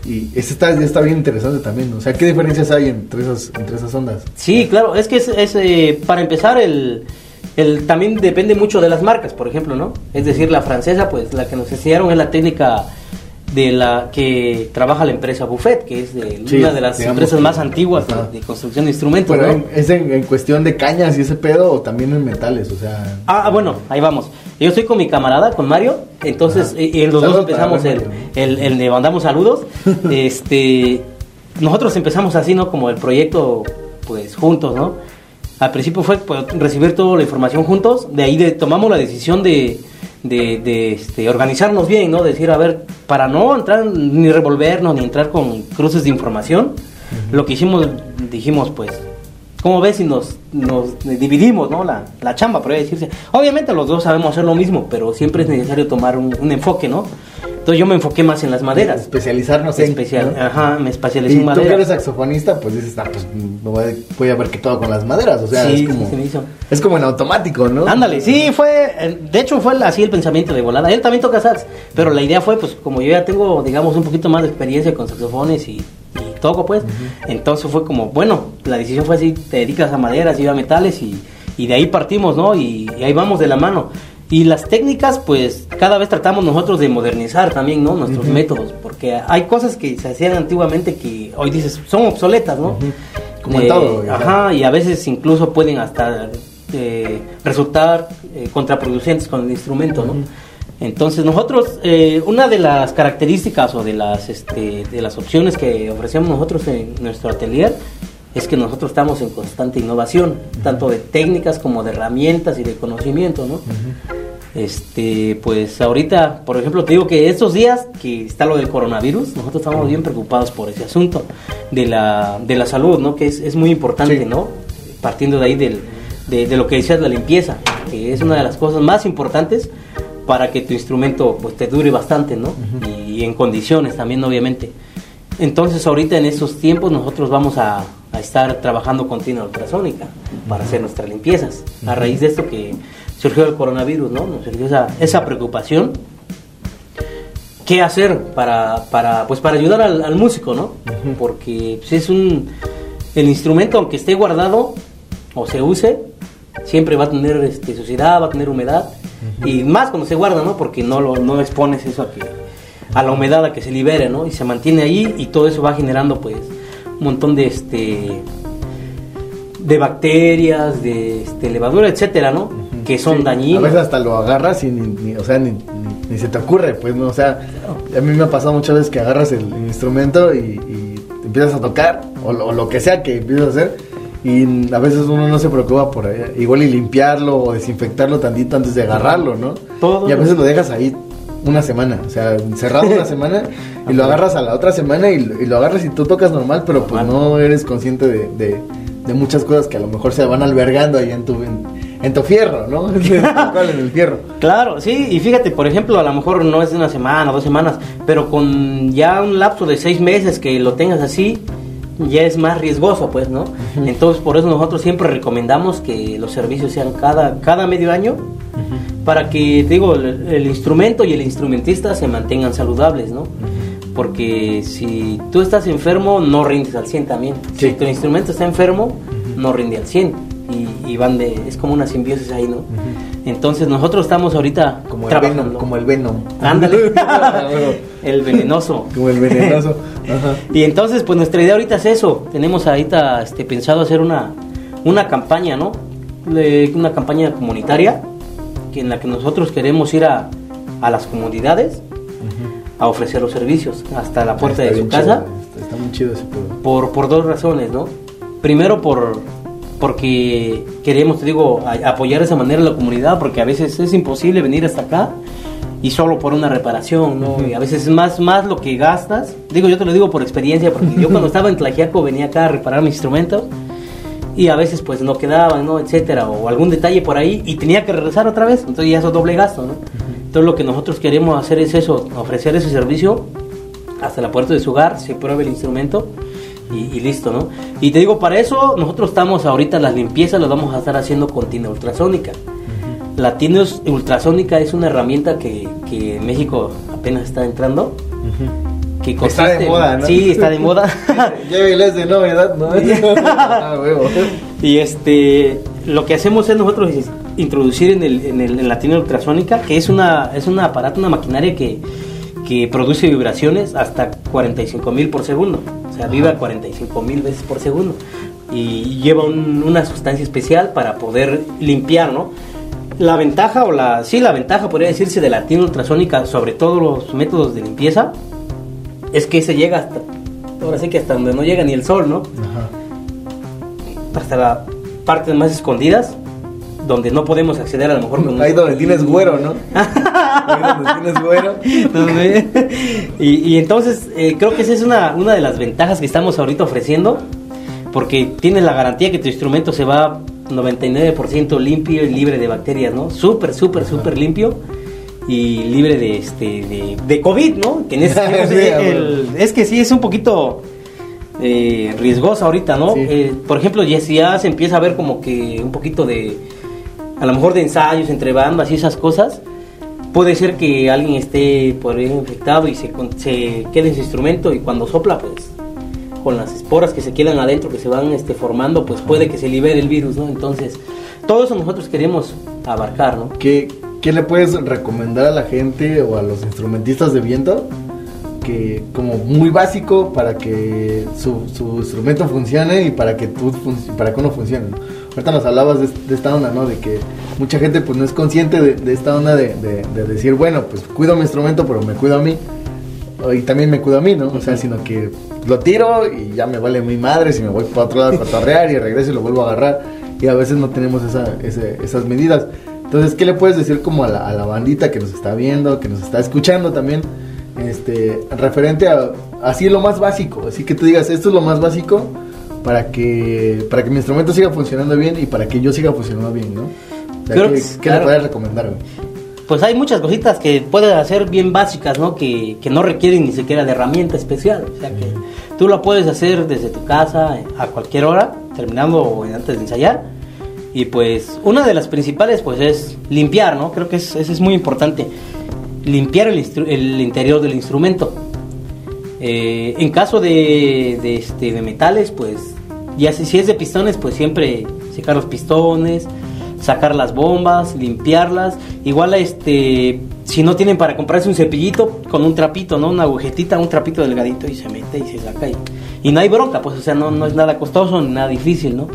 Y está bien interesante también. O sea, ¿qué diferencias hay entre esas ondas? Sí, claro, es que para empezar también depende mucho de las marcas, por ejemplo, ¿no? Es decir, la francesa, pues la que nos enseñaron es la técnica de la que trabaja la empresa Buffet, que es una de las empresas más antiguas de construcción de instrumentos. Pero ¿no? ¿Es en cuestión de cañas y ese pedo o también en metales? O sea... Bueno, ahí vamos. Yo estoy con mi camarada, con Mario, entonces en los dos empezamos le mandamos saludos. Nosotros empezamos así, ¿no? Como el proyecto, pues juntos, ¿no? Al principio fue recibir toda la información juntos, de ahí tomamos la decisión de organizarnos bien, ¿no? Decir, a ver, para no entrar ni revolvernos ni entrar con cruces de información, lo que dijimos, pues, ¿cómo ves si nos dividimos, ¿no? La chamba, podría decirse. Obviamente los dos sabemos hacer lo mismo, pero siempre es necesario tomar un enfoque, ¿no? Entonces yo me enfoqué más en las maderas. Especializarnos en... ¿no? Ajá, me especialicé en maderas. Y tú que eres saxofonista, pues dices, pues voy a ver que todo con las maderas, o sea, sí, es como en automático, ¿no? Ándale, sí, de hecho fue así el pensamiento de volada. Él también toca sax, pero la idea fue, pues, como yo ya tengo, digamos, un poquito más de experiencia con saxofones y toco, pues, entonces fue como, bueno, la decisión fue así, te dedicas a maderas y yo a metales y de ahí partimos, ¿no? Y ahí vamos de la mano. Y las técnicas, pues, cada vez tratamos nosotros de modernizar también, ¿no? Nuestros métodos, porque hay cosas que se hacían antiguamente que hoy dices, son obsoletas, ¿no? Como en todo. Ajá, y a veces incluso pueden hasta resultar contraproducentes con el instrumento, ¿no? Entonces nosotros, una de las características o de las opciones que ofrecemos nosotros en nuestro atelier es que nosotros estamos en constante innovación, tanto de técnicas como de herramientas y de conocimiento, ¿no? Pues ahorita, por ejemplo, te digo que estos días que está lo del coronavirus, nosotros estamos bien preocupados por ese asunto de la salud, ¿no? Que es muy importante, ¿no? Partiendo de ahí de lo que decías, la limpieza, que es una de las cosas más importantes para que tu instrumento, pues, te dure bastante, ¿no? Y en condiciones también, obviamente. Entonces ahorita en estos tiempos nosotros vamos a estar trabajando con tina ultrasónica para hacer nuestras limpiezas. A raíz de esto que surgió el coronavirus, ¿no? Nos surgió esa preocupación. ¿Qué hacer para ayudar al músico, ¿no? Porque pues, el instrumento, aunque esté guardado o se use, siempre va a tener suciedad, va a tener humedad. Y más cuando se guarda, ¿no? Porque no expones eso a la humedad, a que se libere, ¿no? Y se mantiene ahí y todo eso va generando, pues, un montón de bacterias, de levadura, etcétera, ¿no? Que son dañinas. A veces hasta lo agarras y ni se te ocurre, pues, ¿no? O sea, a mí me ha pasado muchas veces que agarras el instrumento y empiezas a tocar, o lo que sea que empieces a hacer, y a veces uno no se preocupa por ahí, igual y limpiarlo o desinfectarlo tantito antes de agarrarlo, ¿no? Y a veces lo dejas ahí una semana, o sea, encerrado una semana y lo agarras a la otra semana y lo agarras y tú tocas normal, pero pues no eres consciente de muchas cosas que a lo mejor se van albergando ahí en tu fierro, ¿no? En el fierro. Claro, sí, y fíjate, por ejemplo, a lo mejor no es de una semana, 2 semanas, pero con ya un lapso de 6 meses que lo tengas así, ya es más riesgoso, pues, ¿no? Entonces, por eso nosotros siempre recomendamos que los servicios sean cada medio año, para que, te digo, el instrumento y el instrumentista se mantengan saludables, ¿no? Porque si tú estás enfermo, no rindes al 100 también. Si tu instrumento está enfermo, no rinde al 100. Y es como una simbiosis ahí, ¿no? Entonces nosotros estamos ahorita trabajando. Como el Venom. Ándale. El venenoso. Como el venenoso. Ajá. Y entonces, pues nuestra idea ahorita es eso. Tenemos ahorita pensado hacer una campaña, ¿no? Una campaña comunitaria en la que nosotros queremos ir a las comunidades a ofrecer los servicios hasta la puerta de su casa. Está muy chido ese pedo. Por 2 razones, ¿no? Primero porque queremos, te digo, apoyar de esa manera a la comunidad, porque a veces es imposible venir hasta acá y solo por una reparación, ¿no? Y a veces es más lo que gastas. Digo, yo te lo digo por experiencia, porque yo cuando estaba en Tlaxiaco venía acá a reparar mis instrumentos y a veces pues no quedaban, ¿no? Etcétera, o algún detalle por ahí y tenía que regresar otra vez, entonces ya es doble gasto, ¿no? Entonces lo que nosotros queremos hacer es eso, ofrecer ese servicio hasta la puerta de su hogar, se pruebe el instrumento y listo, ¿no? Y te digo, para eso nosotros estamos ahorita, las limpiezas las vamos a estar haciendo con tina ultrasónica. La tina ultrasónica es una herramienta que en México apenas está entrando, que consiste... Está de moda, ¿no? Sí, está de moda. Lléveles de novedad, ¿no? Huevo. Y lo que hacemos es nosotros introducir en la tienda ultrasónica, que es un aparato, una maquinaria que produce vibraciones hasta 45,000 por segundo. O sea, vibra 45,000 veces por segundo. Y lleva una sustancia especial para poder limpiar, ¿no? La ventaja podría decirse de la tienda ultrasónica sobre todos los métodos de limpieza es que se llega hasta donde no llega ni el sol, ¿no? Ajá. Hasta las partes más escondidas donde no podemos acceder a lo mejor con ahí donde tienes güero, ¿no? Ahí donde tienes güero. Y entonces creo que esa es una de las ventajas que estamos ahorita ofreciendo, porque tienes la garantía que tu instrumento se va 99% limpio y libre de bacterias, ¿no? Súper limpio y libre de COVID, ¿no? Que en es que sí es un poquito riesgoso ahorita, ¿no? Sí. Por ejemplo, ya se empieza a ver como que un poquito a lo mejor de ensayos entre bandas y esas cosas. Puede ser que alguien esté por ahí infectado y se quede en su instrumento, y cuando sopla, pues con las esporas que se quedan adentro, que se van formando, pues puede que se libere el virus, ¿no? Entonces, todo eso nosotros queremos abarcar, ¿no? ¿Qué le puedes recomendar a la gente o a los instrumentistas de viento? Que como muy básico para que su instrumento funcione y para que uno funcione, ¿no? Ahorita nos hablabas de esta onda, ¿no? De que mucha gente pues no es consciente de esta onda de decir, bueno, pues cuido mi instrumento, pero me cuido a mí. Y también me cuido a mí, ¿no? O sea, sino que lo tiro y ya me vale mi madre si me voy para otro lado a cotorrear y regreso y lo vuelvo a agarrar. Y a veces no tenemos esas medidas. Entonces, ¿qué le puedes decir como a la bandita que nos está viendo, que nos está escuchando también? Referente a así lo más básico, así que tú digas, esto es lo más básico para que mi instrumento siga funcionando bien y para que yo siga funcionando bien, ¿no? O sea, ¿qué le puedes recomendar, güey? Pues hay muchas cositas que puedes hacer bien básicas, ¿no? Que no requieren ni siquiera de herramienta especial. O sea, que tú lo puedes hacer desde tu casa a cualquier hora, terminando o antes de ensayar. Y pues una de las principales pues es limpiar, ¿no? Creo que eso es muy importante. Limpiar el interior del instrumento. En caso de metales, pues ya si es de pistones, pues siempre secar los pistones, sacar las bombas, limpiarlas. Igual si no tienen para comprarse un cepillito, con un trapito, ¿no? Una agujetita, un trapito delgadito, y se mete y se saca y no hay bronca, pues, o sea, no es nada costoso ni nada difícil, ¿no?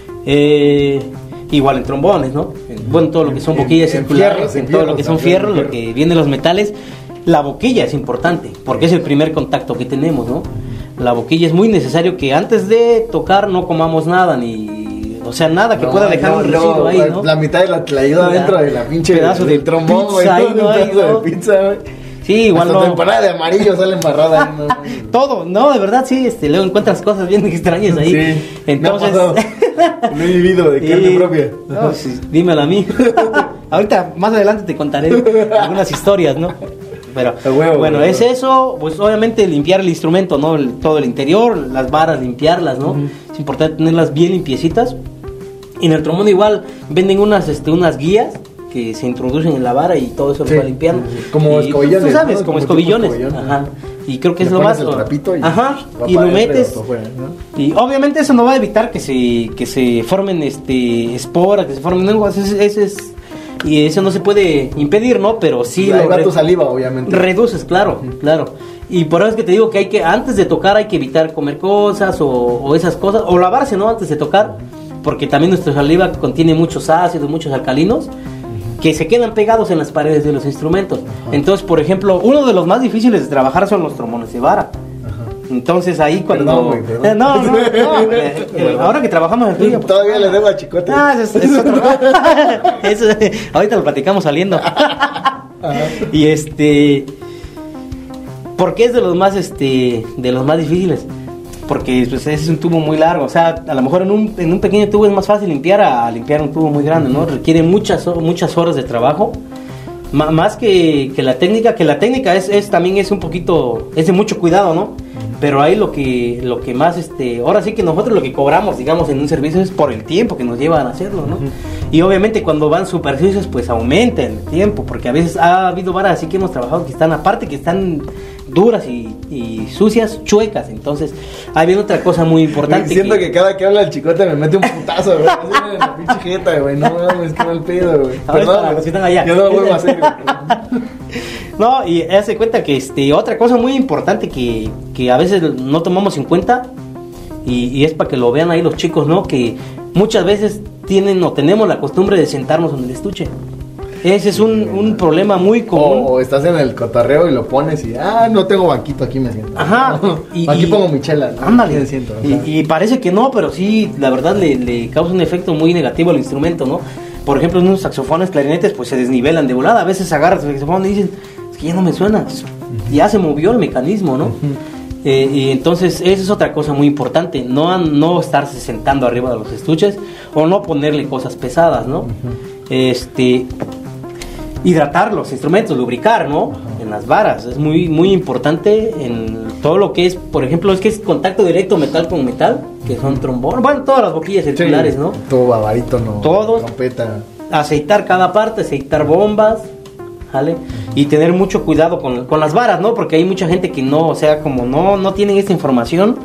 Igual en trombones, ¿no? Bueno, todo lo que son boquillas circulares, en todo lo que son fierros, lo que viene de los metales, la boquilla es importante, porque es el primer contacto que tenemos, ¿no? La boquilla es muy necesario que antes de tocar no comamos nada, o sea, nada que pueda dejar un residuo ahí, ¿no? La mitad de la ayuda dentro de la pinche pedazo del trombón, güey, de pizza, güey. Sí, igual hasta tu empanada de amarillo sale embarrada ahí, ¿no? Todo, no, de verdad, sí, luego encuentras cosas bien extrañas ahí. Sí, entonces lo he vivido de carne propia. No, sí, dímelo a mí. Ahorita, más adelante te contaré algunas historias, ¿no? Pero, bueno, es eso, pues obviamente limpiar el instrumento, ¿no? Todo el interior, las varas, limpiarlas, ¿no? Es importante tenerlas bien limpiecitas. Y en el trombón igual venden unas guías que se introducen en la vara y todo eso lo va limpiando. Como escobillones. Tú sabes, ¿no? Como escobillones. Ajá. Y creo que es lo más. El trapito y lo metes. Afuera, ¿no? Y obviamente eso no va a evitar que se formen esporas, que se formen lenguas. Y eso no se puede impedir, ¿no? Pero sí. Ahí va tu saliva, obviamente. Reduces, claro. Y por eso es que te digo que antes de tocar hay que evitar comer cosas o esas cosas. O lavarse, ¿no? Antes de tocar. Porque también nuestra saliva contiene muchos ácidos, muchos alcalinos, que se quedan pegados en las paredes de los instrumentos. Ajá. Entonces, por ejemplo, uno de los más difíciles de trabajar son los trombones de vara. Ajá. Entonces ahí cuando... Perdón. No, ahora que trabajamos en tuyo... Todavía le debo a Chicote. Es otro... ahorita lo platicamos saliendo. Ajá. Y ¿por qué es de los más difíciles? Porque pues, ese es un tubo muy largo, o sea, a lo mejor en un pequeño tubo es más fácil limpiar a limpiar un tubo muy grande, ¿no? Requiere muchas horas de trabajo, más que la técnica, también es un poquito, es de mucho cuidado, ¿no? Pero ahí lo que más, ahora sí que nosotros lo que cobramos, digamos, en un servicio es por el tiempo que nos llevan a hacerlo, ¿no? Y obviamente cuando van superficies, pues aumenta el tiempo, porque a veces ha habido varas así que hemos trabajado que están duras y sucias, chuecas. Entonces, ahí viene otra cosa muy importante. Siento que cada que habla el chicote me mete un putazo, güey. Así en la pinche jeta, güey. No mames, qué mal pedo, güey. Perdón, si están allá. Yo no lo vuelvo a hacer, güey. No, y hace cuenta que otra cosa muy importante que a veces no tomamos en cuenta, y es para que lo vean ahí los chicos, ¿no? Que muchas veces tenemos la costumbre de sentarnos en el estuche. Ese es un problema muy común. O estás en el cotorreo y lo pones y, no tengo banquito, aquí me siento. Ajá. Aquí pongo mi chela. Ándale. Me siento, o sea. Y parece que no, pero sí, la verdad le causa un efecto muy negativo al instrumento, ¿no? Por ejemplo, en unos saxofones, clarinetes, pues se desnivelan de volada. A veces agarras el saxofón y dicen, es que ya no me suena. Ya se movió el mecanismo, ¿no? Y entonces, esa es otra cosa muy importante. No estarse sentando arriba de los estuches o no ponerle cosas pesadas, ¿no? Hidratar los instrumentos, lubricar, ¿no? En las varas, es muy muy importante en todo lo que es, por ejemplo, es que es contacto directo metal con metal, que son trombones, bueno, todas las boquillas circulares, ¿no? Todo barítono, todos, trompeta. Aceitar cada parte, aceitar bombas, ¿vale? Y tener mucho cuidado con las varas, ¿no? Porque hay mucha gente que no, o sea, como no tienen esta información,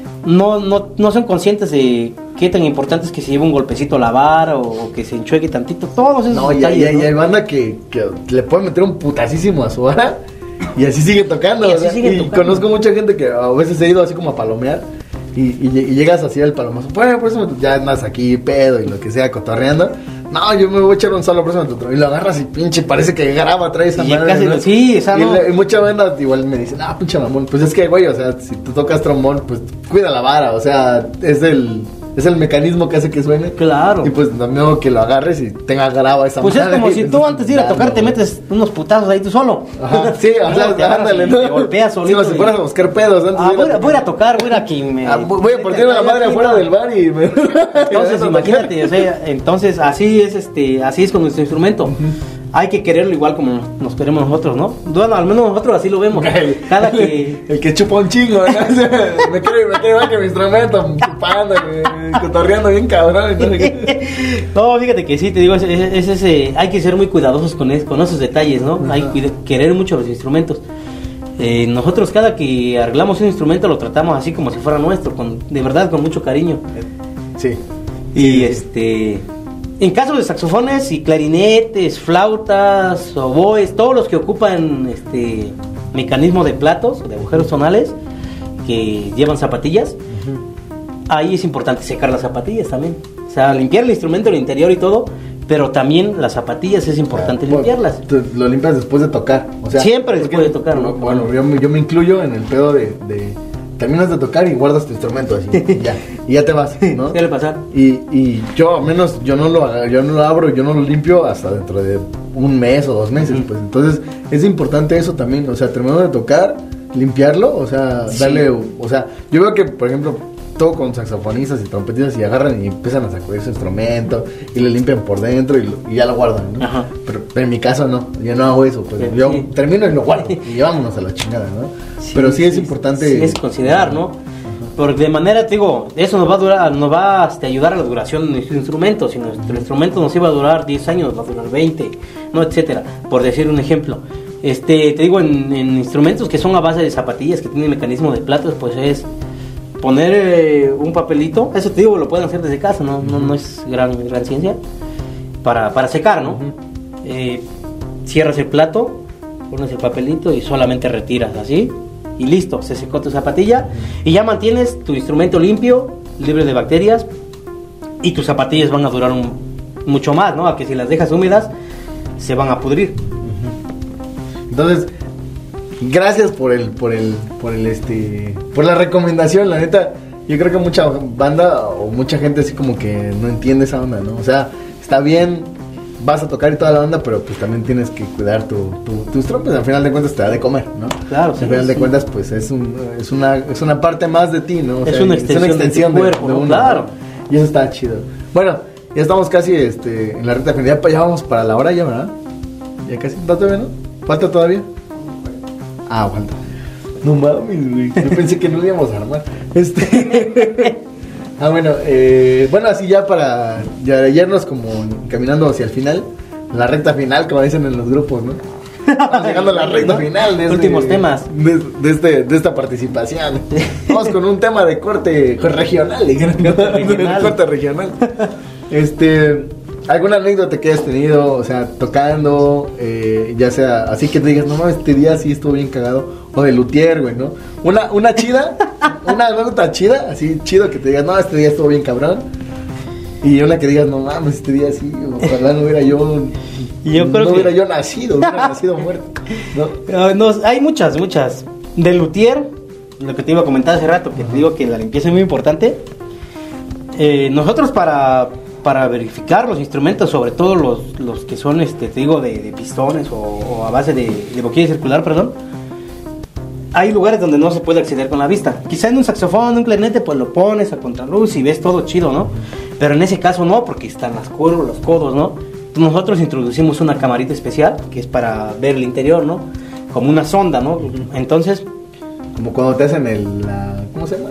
no son conscientes de qué tan importante es que se lleve un golpecito a la vara o que se enchueque tantito, todos esos detalles, y hay banda que le puede meter un putasísimo a su vara y así sigue tocando. Y conozco mucha gente que a veces he ido así como a palomear y llegas así al palomazo, bueno, por eso ya andas aquí pedo y lo que sea, cotorreando. No, yo me voy a echar un solo, por eso y lo agarras y pinche, parece que graba, trae esa madre, casi, ¿no? Sí, esa no. Y mucha banda igual me dice, pinche mamón, pues es que, güey, o sea, si tú tocas trombón, pues cuida la vara, o sea, es el mecanismo que hace que suene. Claro. Y pues no mismo que lo agarres y tenga graba esa pues madre. Pues es como si tú antes de ir a tocar te metes unos putazos ahí tú solo. Ajá, sí, o sea, ándale, ¿no? Te golpeas solito. Sí, si fueras a buscar pedos antes voy a tocar, voy a que me... voy a partir la madre afuera del bar y me... Entonces, imagínate, o sea, entonces así es con nuestro instrumento. Hay que quererlo igual como nos queremos nosotros, ¿no? Bueno, al menos nosotros así lo vemos. Cada que... El que chupa un chingo, ¿no? me quiere igual que mi instrumento, chupando, cotorreando bien cabrón. No, fíjate que sí, te digo, hay que ser muy cuidadosos con esos detalles, ¿no? Hay que querer mucho los instrumentos. Nosotros cada que arreglamos un instrumento lo tratamos así como si fuera nuestro, de verdad, con mucho cariño. Sí. Y en caso de saxofones y clarinetes, flautas, oboes, todos los que ocupan mecanismo de platos, de agujeros tonales, que llevan zapatillas, ahí es importante secar las zapatillas también. O sea, limpiar el instrumento, el interior y todo, pero también las zapatillas es importante limpiarlas. Lo limpias después de tocar. O sea, siempre después de tocar, ¿no? Bueno, yo me incluyo en el pedo de terminas de tocar y guardas tu instrumento así, y ya te vas, ¿no? Suele pasar. Y yo, al menos, yo no lo abro, yo no lo limpio hasta dentro de un mes o 2 meses, pues. Entonces, es importante eso también, o sea, terminando de tocar, limpiarlo, o sea, darle, o sea, yo veo que, por ejemplo, todo con saxofonistas y trompetistas y agarran y empiezan a sacudir su instrumento y le limpian por dentro y ya lo guardan, ¿no? Ajá. Pero en mi caso no, yo no hago eso, pues yo termino y lo guardo y vámonos a la chingada, ¿no? Sí, pero sí es importante. Sí, es considerar, ¿no? Porque de manera, te digo, eso nos va a ayudar a la duración de nuestro instrumento. Si nuestro instrumento nos iba a durar 10 años, nos va a durar 20, ¿no? Etcétera, por decir un ejemplo. Te digo, en instrumentos que son a base de zapatillas, que tienen mecanismo de platos, pues es poner un papelito, eso te digo, lo pueden hacer desde casa, no es gran ciencia, para secar, ¿no? Cierras el plato, pones el papelito y solamente retiras así, y listo, se secó tu zapatilla, y ya mantienes tu instrumento limpio, libre de bacterias, y tus zapatillas van a durar mucho más, ¿no? A que si las dejas húmedas, se van a pudrir. Entonces, gracias por la recomendación, la neta. Yo creo que mucha banda o mucha gente así como que no entiende esa onda, ¿no? O sea, está bien, vas a tocar y toda la onda, pero pues también tienes que cuidar tus trompes. Al final de cuentas te da de comer, ¿no? Claro, sí. Al final de cuentas, pues es una parte más de ti, ¿no? O es sea, una extensión de cuerpo, ¿no? Uno, claro. ¿no? Y eso está chido. Bueno, ya estamos casi en la recta final. Ya vamos para la hora ya, ¿verdad? Ya casi. ¿No todavía, no? ¿Falta todavía? Falta. No mames, güey. Yo pensé que no lo íbamos a armar. Bueno, así ya para irnos como caminando hacia el final, la recta final, como dicen en los grupos, ¿no? Estamos llegando a la recta final de últimos temas de esta participación. Vamos con un tema de corte regional. Corte regional. ¿Alguna anécdota que hayas tenido, o sea, tocando, ya sea así que te digas, no mames, este día sí estuvo bien cagado, o de luthier, güey, ¿no? Una chida, una anécdota chida, así chido que te digas, no, este día estuvo bien cabrón, y una que digas, no mames, este día sí, ojalá no hubiera yo nacido, hubiera nacido muerto, ¿no? No, hay muchas. De luthier, lo que te iba a comentar hace rato, que te digo que la limpieza es muy importante. Nosotros para verificar los instrumentos, sobre todo los que son, te digo, de pistones o a base de boquilla circular, perdón, hay lugares donde no se puede acceder con la vista. Quizá en un saxofón, un clarinete, pues lo pones a contraluz y ves todo chido, ¿no? Pero en ese caso no, porque están las curvas, los codos, ¿no? Nosotros introducimos una camarita especial, que es para ver el interior, ¿no? Como una sonda, ¿no? Entonces... Como cuando te hacen ¿cómo se llama?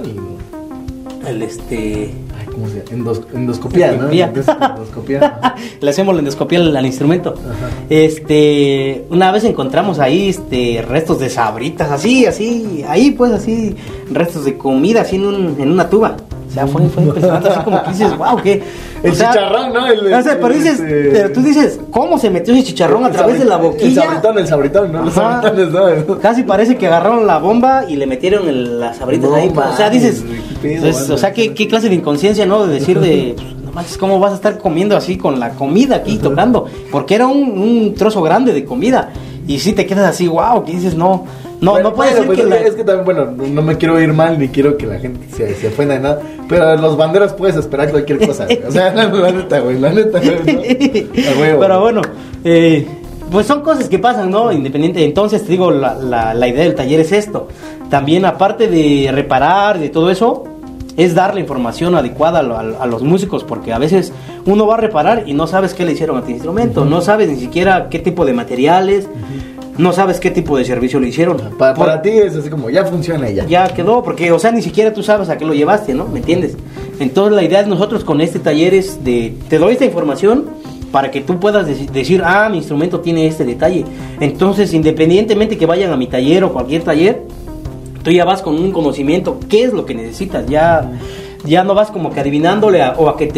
¿Cómo se llama? Endoscopía, ¿no? Endoscopía. Le hacemos la endoscopía al instrumento. Ajá. Una vez encontramos ahí restos de sabritas, así, ahí pues así, restos de comida así en una tuba. O sea, fue impresionante, así como que dices, wow, ¿qué? Chicharrón, ¿no? Pero tú dices, ¿cómo se metió ese chicharrón a través de la boquilla? El sabritón, ¿no? Los sabritones, ¿no? Casi parece que agarraron la bomba y le metieron las sabritas ahí. O sea, dices, o sea, ¿qué clase de inconsciencia, ¿no? De decir no manches, ¿cómo vas a estar comiendo así con la comida aquí tocando? Porque era un trozo grande de comida. Y sí te quedas así, wow, que dices, no puede ser que es que también, bueno, no me quiero ir mal, ni quiero que la gente se ofenda de nada, pero los banderos puedes esperar cualquier cosa, güey. O sea, la neta, güey, ¿no? Pero bueno, pues son cosas que pasan, ¿no? Independiente. Entonces, te digo, la idea del taller es esto. También, aparte de reparar, de todo eso, es dar la información adecuada a los músicos, porque a veces uno va a reparar y no sabes qué le hicieron a tu instrumento, no sabes ni siquiera qué tipo de materiales, no sabes qué tipo de servicio le hicieron. Para ti es así como, ya funciona y ya. Ya quedó, porque, o sea, ni siquiera tú sabes a qué lo llevaste, ¿no? ¿Me entiendes? Entonces la idea de nosotros con este taller es te doy esta información para que tú puedas decir, mi instrumento tiene este detalle. Entonces, independientemente que vayan a mi taller o cualquier taller, tú ya vas con un conocimiento, qué es lo que necesitas, ya no vas como que adivinándole o a que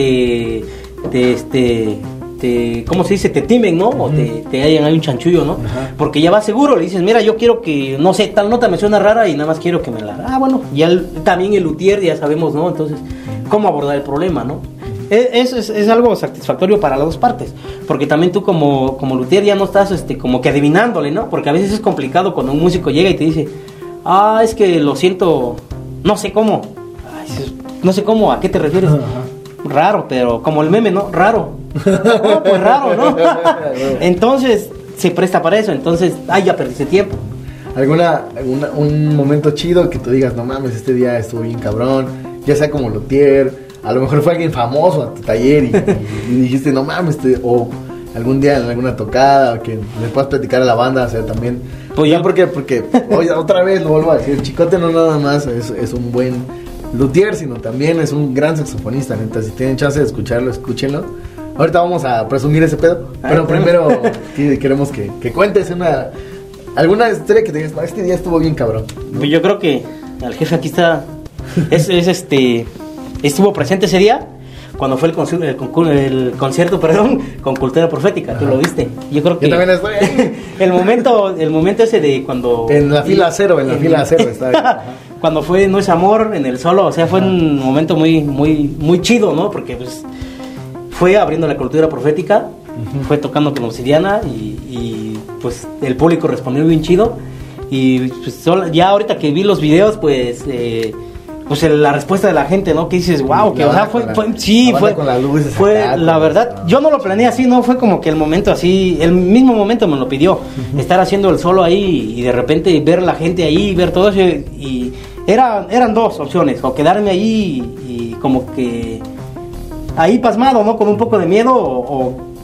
te ¿cómo se dice? Te timen, ¿no? O te hayan ahí un chanchullo, ¿no? Porque ya vas seguro, le dices, mira, yo quiero que, no sé, tal nota me suena rara y nada más quiero que me la... bueno, ya también el luthier ya sabemos, ¿no? Entonces, ¿cómo abordar el problema, no? Eso es algo satisfactorio para las dos partes, porque también tú como luthier ya no estás como que adivinándole, ¿no? Porque a veces es complicado cuando un músico llega y te dice, es que lo siento, no sé cómo. No sé cómo, ¿a qué te refieres? Raro, pero como el meme, ¿no? Raro. Pues raro, ¿no? Entonces, se presta para eso. Entonces, ya perdiste tiempo. Un momento chido que tú digas, no mames, este día estuvo bien cabrón, ya sea como luthier, a lo mejor fue alguien famoso a tu taller y dijiste, no mames, o algún día en alguna tocada, que le puedas platicar a la banda, o sea, también. Pues ya porque oye, otra vez lo vuelvo a decir, Chicote no nada más es un buen luthier, sino también es un gran saxofonista, neta. Si tienen chance de escucharlo, escúchenlo. Ahorita vamos a presumir ese pedo, pero primero queremos que cuentes alguna historia que te digas, este día estuvo bien cabrón, ¿no? Pues yo creo que el jefe aquí está estuvo presente ese día cuando fue el concierto, con Cultura Profética. Tú lo viste. Yo creo que yo también estoy ahí. el momento ese de cuando en la fila cero está ahí. Cuando fue No es amor en el solo, o sea, fue un momento muy muy muy chido, ¿no? Porque pues fue abriendo la Cultura Profética, fue tocando con Obsidiana y pues el público respondió bien chido. Y pues ya ahorita que vi los videos, pues la respuesta de la gente, ¿no? Que dices, wow, que o sea, fue la verdad, yo no lo planeé así, ¿no? Fue como que el momento así, el mismo momento me lo pidió, estar haciendo el solo ahí y de repente ver la gente ahí, ver todo eso, y eran dos opciones, o quedarme ahí y como que ahí pasmado, ¿no? Con un poco de miedo, o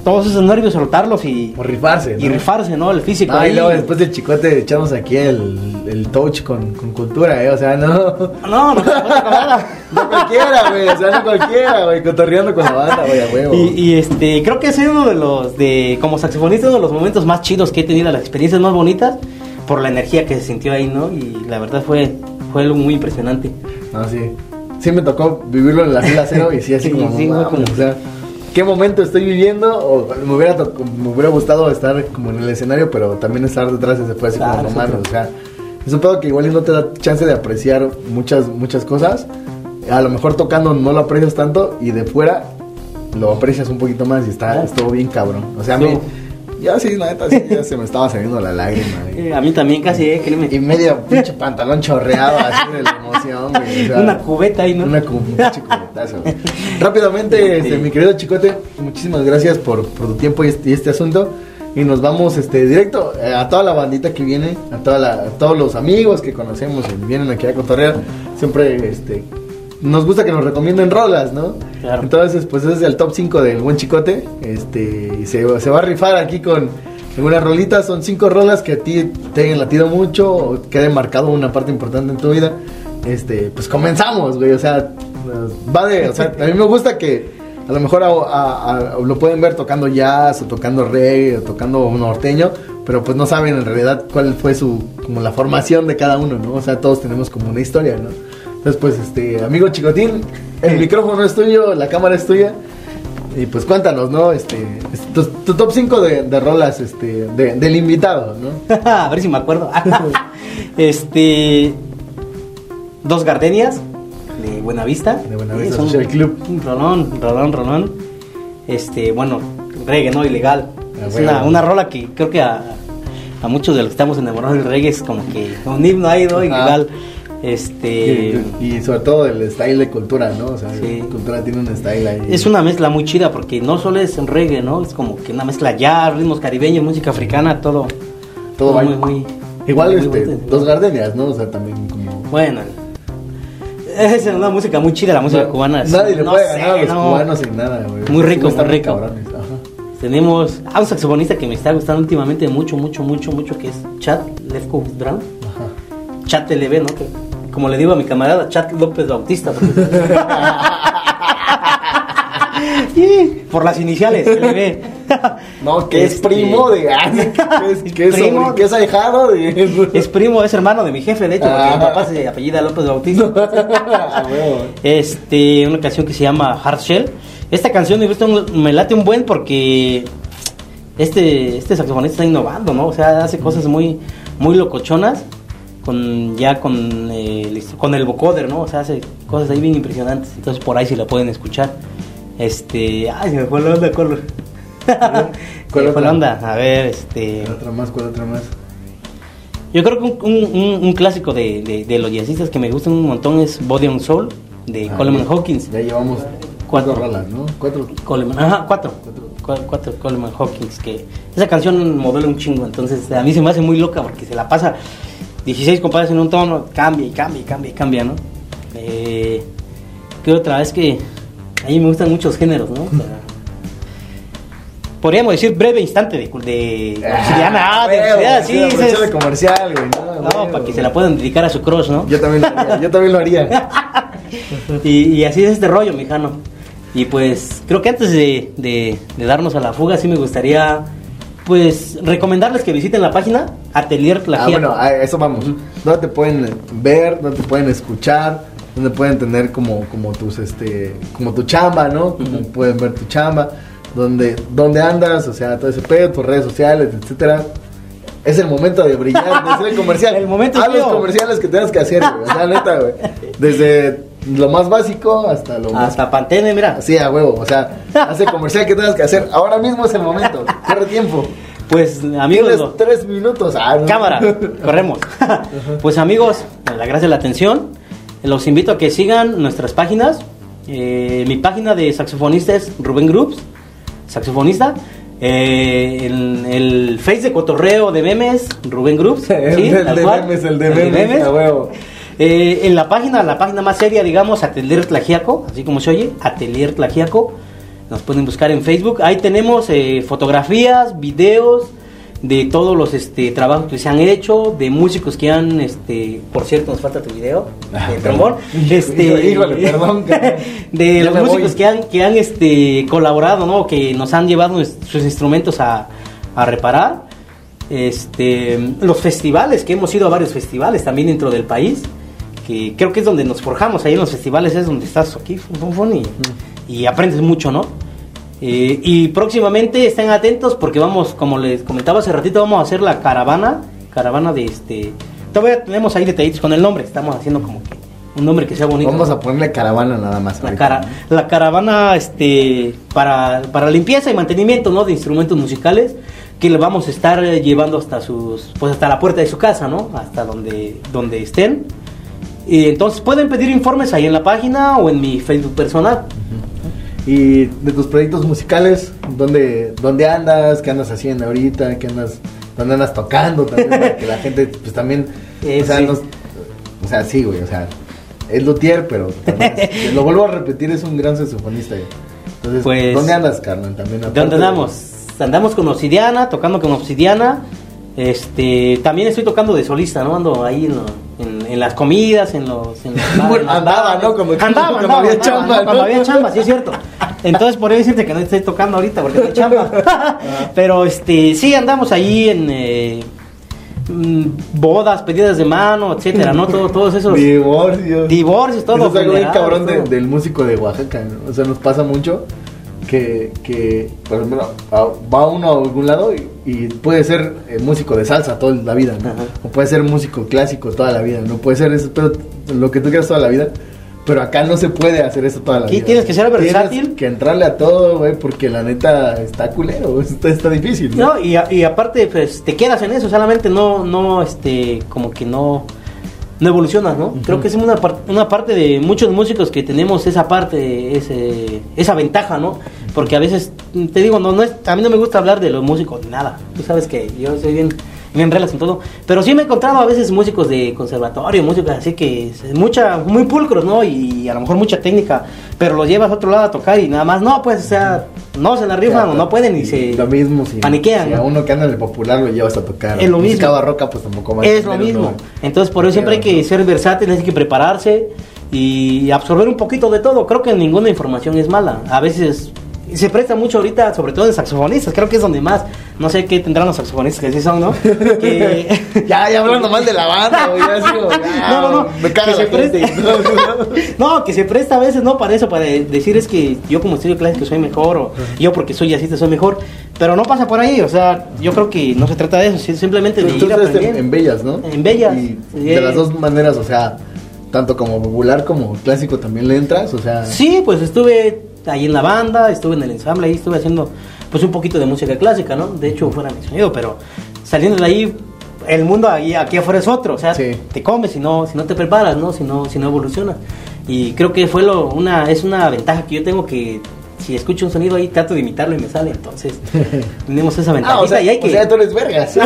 todos esos nervios, soltarlos y... Por rifarse, ¿no? Y rifarse, ¿no? El físico. Y luego después del Chicote echamos aquí el touch con cultura, o sea, no. No nada. No cualquiera, güey, o sea, no cualquiera, güey, cotorreando con la banda, güey, a huevo. Y creo que es uno de los, como saxofonista, uno de los momentos más chidos que he tenido, las experiencias más bonitas, por la energía que se sintió ahí, ¿no? Y la verdad fue algo muy impresionante. No, sí. Sí me tocó vivirlo en la fila cero y sí, así como, sí, o sea, ¿qué momento estoy viviendo? O me hubiera gustado estar como en el escenario, pero también estar detrás se fue así como no mames, o sea, es un pedo que igual no te da chance de apreciar muchas cosas. A lo mejor tocando no lo aprecias tanto y de fuera lo aprecias un poquito más y estuvo bien cabrón. O sea, a mí, ya sí, la neta, sí, ya se me estaba saliendo la lágrima. A mí también casi, créeme. Y medio pinche pantalón chorreado así de la emoción, güey. O sea, una cubeta ahí, ¿no? Una pinche cubetazo. Rápidamente, mi querido Chicote, muchísimas gracias por tu tiempo y este asunto. Y nos vamos directo a toda la bandita que viene, a todos los amigos que conocemos y vienen aquí a cotorrear. Siempre nos gusta que nos recomienden rolas, ¿no? Claro. Entonces, pues ese es el top 5 del buen Chicote. Y se va a rifar aquí con algunas rolitas. Son 5 rolas que a ti te hayan latido mucho o que hayan marcado una parte importante en tu vida. Pues comenzamos, güey. O sea, a mí me gusta que a lo mejor lo pueden ver tocando jazz o tocando reggae o tocando un norteño, pero pues no saben en realidad cuál fue como la formación de cada uno, ¿no? O sea, todos tenemos como una historia, ¿no? Entonces, pues, amigo Chicotín, el micrófono es tuyo, la cámara es tuya. Y pues cuéntanos, ¿no? Tu top 5 de rolas del invitado, ¿no? A ver si me acuerdo. Dos gardenias de Buenavista. De Buenavista Social Club. Rolón. Bueno, reggae, ¿no? Ilegal. Es una rola que creo que a muchos de los que estamos enamorados del reggae es como que un himno ahí, ¿no? Ilegal. Y sobre todo el style de Cultura, ¿no? O sea, sí. Cultura tiene un style ahí. Es una mezcla muy chida porque no solo es reggae, ¿no? Es como que una mezcla jazz, ritmos caribeños, música africana, todo muy igual muy Dos Gardenias, ¿no? O sea, también como bueno, es una música muy chida, la música cubana. Nadie le puede ganar a los cubanos sin nada, güey. Muy rico, muy rico. Cabrones. Ajá. Tenemos a un saxofonista que me está gustando últimamente mucho, que es Chad Lefko Brown. Ajá. Chad LB, ¿no? Que, como le digo a mi camarada, Chad López Bautista. Por las iniciales, LB. No, que es primo de... que es ahijado de... Es primo, es hermano de mi jefe, de hecho, porque mi papá se apellida López Bautista. Una canción que se llama Hard Shell. Esta canción me late un buen porque este saxofonista está innovando, ¿no? O sea, hace cosas muy, muy locochonas con el vocoder, ¿no? O sea, hace cosas ahí bien impresionantes. Entonces por ahí si la pueden escuchar. Ay, se me fue la onda, ¿Cuál fue la onda? A ver, ¿Cuál otra más? Yo creo que un clásico de los jazzistas que me gustan un montón es Body and Soul de Coleman Hawkins. Ya llevamos 4 rolas, ¿no? 4 Coleman Hawkins, que esa canción modela un chingo, entonces a mí se me hace muy loca porque se la pasa 16 compases en un tono, cambia, ¿no? ¿Qué otra? Es que a mí me gustan muchos géneros, ¿no? O sea, podríamos decir Breve Instante de obsidiana, sí, de comercial, güey. No, para que se la puedan dedicar a su crush, ¿no? Yo también lo haría. y así es este rollo, mijano. Y pues creo que antes de darnos a la fuga, sí me gustaría pues recomendarles que visiten la página Atelier Tlaxiaco. Bueno, a eso vamos. ¿Dónde te pueden ver? ¿Dónde te pueden escuchar? ¿Dónde pueden tener como tus como tu chamba, ¿no? Como pueden ver tu chamba, dónde andas, o sea, todo ese pedo, tus redes sociales, etcétera. Es el momento de brillar, de hacer el comercial. El momento los comerciales que tengas que hacer, güey. O sea, neta, güey. Desde lo más básico hasta lo más... Hasta Pantene, mira. Sí, a huevo. O sea, haz el comercial que tengas que hacer. Ahora mismo es el momento. Corre tiempo. Pues, amigos... Tienes 3 minutos. ¿No? Cámara, corremos. Pues, amigos, gracias a la atención. Los invito a que sigan nuestras páginas. Mi página de saxofonista es Rubén Groups, saxofonista. El Face de cotorreo de memes, Rubén Groups. ¿sí? el de memes, a huevo. En la página más seria, digamos, Atelier Tlaxiaco, así como se oye, Atelier Tlaxiaco. Nos pueden buscar en Facebook. Ahí tenemos fotografías, videos de todos los trabajos que se han hecho, de músicos que han, por cierto, nos falta tu video, de trombón, híjole, perdón, de los músicos que han colaborado, ¿no? Que nos han llevado sus instrumentos a reparar, los festivales, que hemos ido a varios festivales también dentro del país, que creo que es donde nos forjamos, ahí en los festivales es donde estás aquí, y aprendes mucho, ¿no? Y próximamente estén atentos porque vamos, como les comentaba hace ratito, vamos a hacer la caravana de todavía tenemos ahí detallitos con el nombre, estamos haciendo como que un nombre que sea bonito. Vamos a ponerle caravana nada más. La caravana para limpieza y mantenimiento, ¿no? De instrumentos musicales que le vamos a estar llevando hasta la puerta de su casa, ¿no? Hasta donde estén. Y entonces pueden pedir informes ahí en la página o en mi Facebook personal. Y de tus proyectos musicales, ¿dónde andas? ¿Qué andas haciendo ahorita? ¿Dónde andas tocando también? Para que la gente, pues también, sí, güey, o sea, es luthier, pero también lo vuelvo a repetir, es un gran saxofonista. Entonces, pues, ¿dónde andas, carnal? También. ¿Dónde andamos? Andamos con Obsidiana, tocando con Obsidiana. También estoy tocando de solista, ¿no? Ando ahí en las comidas, bueno, andaba, ¿no? Cuando había chamba, ¿no? Cuando había chamba, sí es cierto. Entonces por eso decirte que no estoy tocando ahorita porque no hay chamba. Pero sí andamos ahí en bodas, pedidas de mano, etcétera, ¿no? Todos esos divorcios, todo. Eso es algo bien cabrón del músico de Oaxaca, ¿no? O sea, nos pasa mucho que por ejemplo, va uno a algún lado y puede ser músico de salsa toda la vida, ¿no? O puede ser músico clásico toda la vida, no puede ser eso, pero lo que tú quieras toda la vida. Pero acá no se puede hacer eso toda la vida. Tienes que ser versátil. Tienes que entrarle a todo, güey, porque la neta está culero, está difícil, ¿no? No, y aparte, pues, te quedas en eso, solamente no, como que no evolucionas, ¿no? Uh-huh. Creo que es una parte de muchos músicos que tenemos esa parte, esa ventaja, ¿no? Porque a veces, te digo, a mí no me gusta hablar de los músicos ni nada. Tú sabes que yo soy bien relax en todo, pero sí me he encontrado a veces músicos de conservatorio, músicos así que muy pulcros, ¿no? Y a lo mejor mucha técnica, pero los llevas a otro lado a tocar y nada más, no, pues, o sea, no se la rifan o no pueden y se lo mismo, paniquean. Si a uno que anda en el popular lo llevas a tocar. Es lo mismo. Música barroca, pues tampoco más. Es lo mismo. No. Entonces, por eso siempre hay que ser versátil, hay que prepararse y absorber un poquito de todo. Creo que ninguna información es mala. A veces se presta mucho ahorita, sobre todo en saxofonistas, creo que es donde más, no sé qué tendrán los saxofonistas que sí son, ¿no? Que ya hablando mal de la banda, güey, no, me caga la gente. No, que se presta a veces, ¿no? Para eso, para decir es que yo como estudio clásico soy mejor, o yo porque soy jazzista soy mejor, pero no pasa por ahí, o sea, yo creo que no se trata de eso, simplemente de ir aprendiendo. En Bellas, ¿no? En Bellas. Y de las dos maneras, o sea, tanto como popular como clásico también le entras, o sea. Sí, pues estuve ahí en la banda, estuve en el ensamble, ahí estuve haciendo pues un poquito de música clásica, ¿no? De hecho fuera mi sonido, pero saliendo de ahí el mundo aquí afuera es otro, o sea, sí. Te comes si no te preparas, ¿no? Si no evolucionas. Y creo que es una ventaja que yo tengo, que si escucho un sonido ahí trato de imitarlo y me sale, entonces tenemos esa ventaja. O sea, tú eres vergas.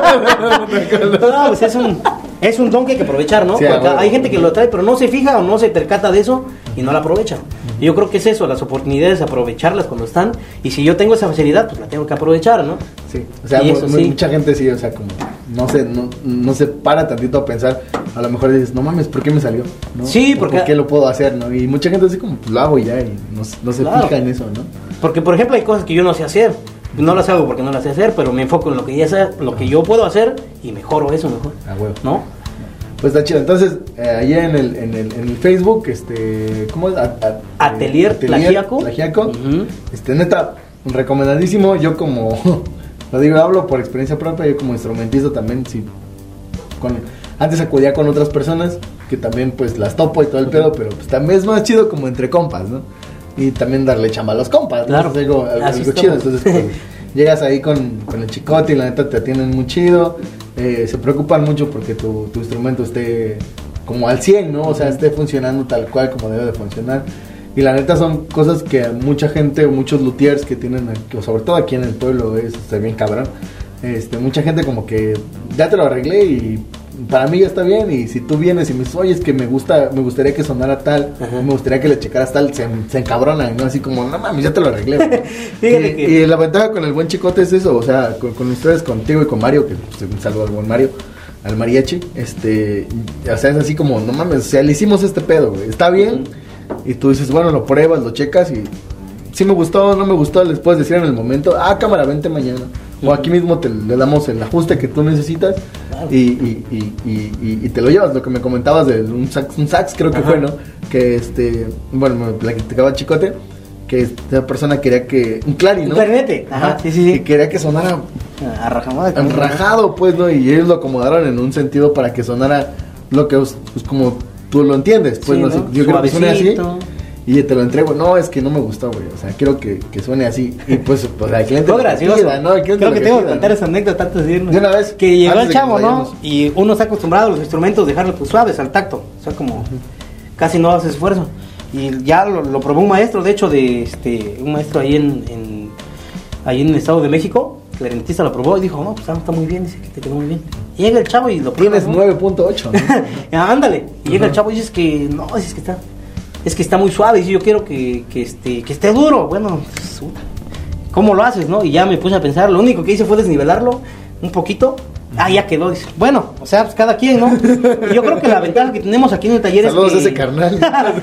No, pues es un don que hay que aprovechar, ¿no? Sí, porque hay gente que lo trae pero no se fija o no se percata de eso y no la aprovecha. Y yo creo que es eso, las oportunidades, aprovecharlas cuando están, y si yo tengo esa facilidad, pues la tengo que aprovechar, ¿no? Sí, o sea, mucha gente sí, o sea, como no se para tantito a pensar, a lo mejor dices, no mames, ¿por qué me salió? ¿No? Sí, porque ¿por qué lo puedo hacer? ¿No? Y mucha gente así como, pues lo hago y ya, y no se fija en eso, ¿no? Porque, por ejemplo, hay cosas que yo no sé hacer, no las hago porque no las sé hacer, pero me enfoco en lo que ya sé, lo que yo puedo hacer y mejoro eso mejor. Ah, huevo. ¿No? Pues está chido. Entonces, ahí en el Facebook, ¿cómo es? Atelier Tlaxiaco. Uh-huh. Neta, recomendadísimo. Yo como, lo digo, hablo por experiencia propia, yo como instrumentista también, sí. Antes acudía con otras personas, que también pues las topo y todo el pedo, pero pues también es más chido como entre compas, ¿no? Y también darle chamba a los compas, ¿no? Claro. Es algo chido. Entonces, pues, llegas ahí con el chicote y la neta te atienden muy chido. Se preocupan mucho porque tu instrumento esté como al 100, ¿no? O sea, esté funcionando tal cual como debe de funcionar. Y la neta son cosas que mucha gente, muchos luthiers que tienen, sobre todo aquí en el pueblo, es bien cabrón. Mucha gente como que ya te lo arreglé y para mí ya está bien. Y si tú vienes y me dices, oye, es que me gustaría que sonara tal, me gustaría que le checaras tal, se encabronan, ¿no? Así como, no mames, ya te lo arreglé. Y la ventaja con el buen Chicote es eso, o sea, con ustedes, contigo y con Mario, que pues, un saludo al buen Mario, al mariachi, o sea, es así como, no mames, o sea, le hicimos este pedo, güey, está bien, y tú dices, bueno, lo pruebas, lo checas, y si me gustó, no me gustó, les puedes decir en el momento, cámara, vente mañana, o aquí mismo le damos el ajuste que tú necesitas, y te lo llevas, lo que me comentabas de un sax creo que fue, ¿no? Que bueno, me platicaba Chicote, que esta persona quería que un clarín, ¿no? Un clarinete, sí. Que quería que sonara rajado, pues, ¿no? Y ellos lo acomodaron en un sentido para que sonara lo que, pues, como tú lo entiendes, pues, sí, ¿no? Yo creo que suene así. Y te lo entrego, no, es que no me gustó, güey, o sea, quiero que suene así. Y pues al cliente pida, ¿no? Creo que tengo que contar esa anécdota antes de irnos. De una vez. Que llegó el chavo, ¿no? Y uno está acostumbrado a los instrumentos dejarlos pues suaves al tacto, o sea, como casi no hace esfuerzo. Y ya lo probó un maestro, de hecho, un maestro ahí en el Estado de México, el clarinetista lo probó y dijo, no, pues está muy bien, dice que te quedó muy bien. Y llega el chavo y lo prueba. Tienes 9.8, ¿no? Ándale. Y llega el chavo y dice que no, es que está muy suave, y yo quiero que esté duro. Bueno, ¿cómo lo haces, no? Y ya me puse a pensar, lo único que hice fue desnivelarlo un poquito. Ya quedó, dice. Bueno, o sea, pues cada quien, ¿no? Y yo creo que la ventaja que tenemos aquí en el taller Saludos es que... a ese carnal.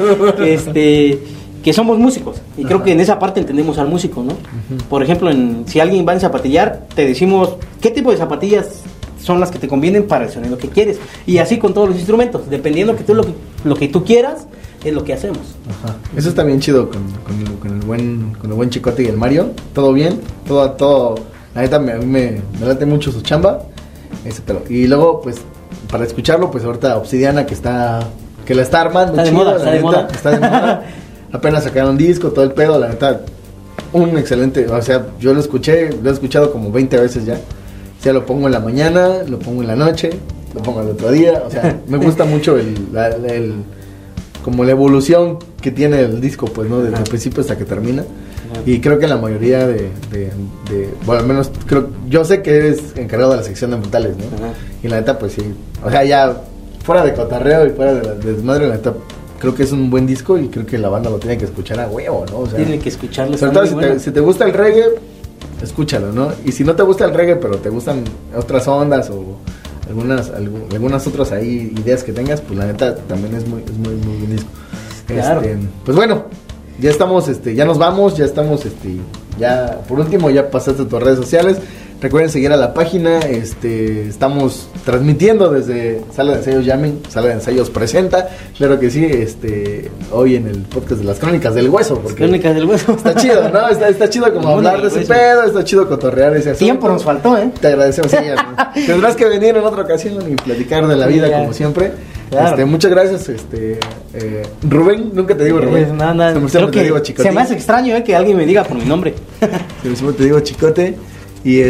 que somos músicos. Y creo que en esa parte entendemos al músico, ¿no? Por ejemplo, si alguien va a zapatillar, te decimos qué tipo de zapatillas son las que te convienen para el sonido que quieres. Y así con todos los instrumentos. Dependiendo que tú lo que tú quieras, es lo que hacemos. Ajá. Eso está bien chido con el buen Chicote y el Mario. Todo bien, todo. La neta a mí me late mucho su chamba. Y luego, pues, para escucharlo, pues ahorita Obsidiana que la está armando. Está de moda. Apenas sacaron un disco, todo el pedo, la neta. Un excelente, o sea, yo lo he escuchado como 20 veces ya. O sea, lo pongo en la mañana, lo pongo en la noche, lo pongo el otro día. O sea, me gusta mucho como la evolución que tiene el disco, pues, ¿no? Desde el principio hasta que termina. Y creo que la mayoría bueno, al menos yo sé que eres encargado de la sección de metales, ¿no? Y la neta, pues sí, o sea, ya fuera de cotarreo y fuera de desmadre, la neta, creo que es un buen disco y creo que la banda lo tiene que escuchar a huevo, ¿no? O sea, tiene que escucharlo. Sobre todo si te gusta el reggae, escúchalo, ¿no? Y si no te gusta el reggae, pero te gustan otras ondas o algunas otras ahí ideas que tengas, pues la neta también es muy buen disco. Claro. Pues bueno, ya estamos, ya nos vamos, ya estamos, ya por último ya pasaste tus redes sociales. Recuerden seguir a la página, estamos transmitiendo desde Sala de Ensayos Jamming, Sala de Ensayos presenta, claro que sí, hoy en el podcast de las Crónicas del Hueso, porque Crónicas del Hueso. Está chido, ¿no? Está chido como hablar de ese pedo, está chido cotorrear ese asunto. Tiempo nos faltó, Te agradecemos, sí, tendrás que venir en otra ocasión y platicar de la vida como siempre. Claro. Muchas gracias, Rubén, nunca te digo Rubén. Creo que te digo Chicote. Se me hace extraño que alguien me diga por mi nombre. Siempre te digo Chicote. Y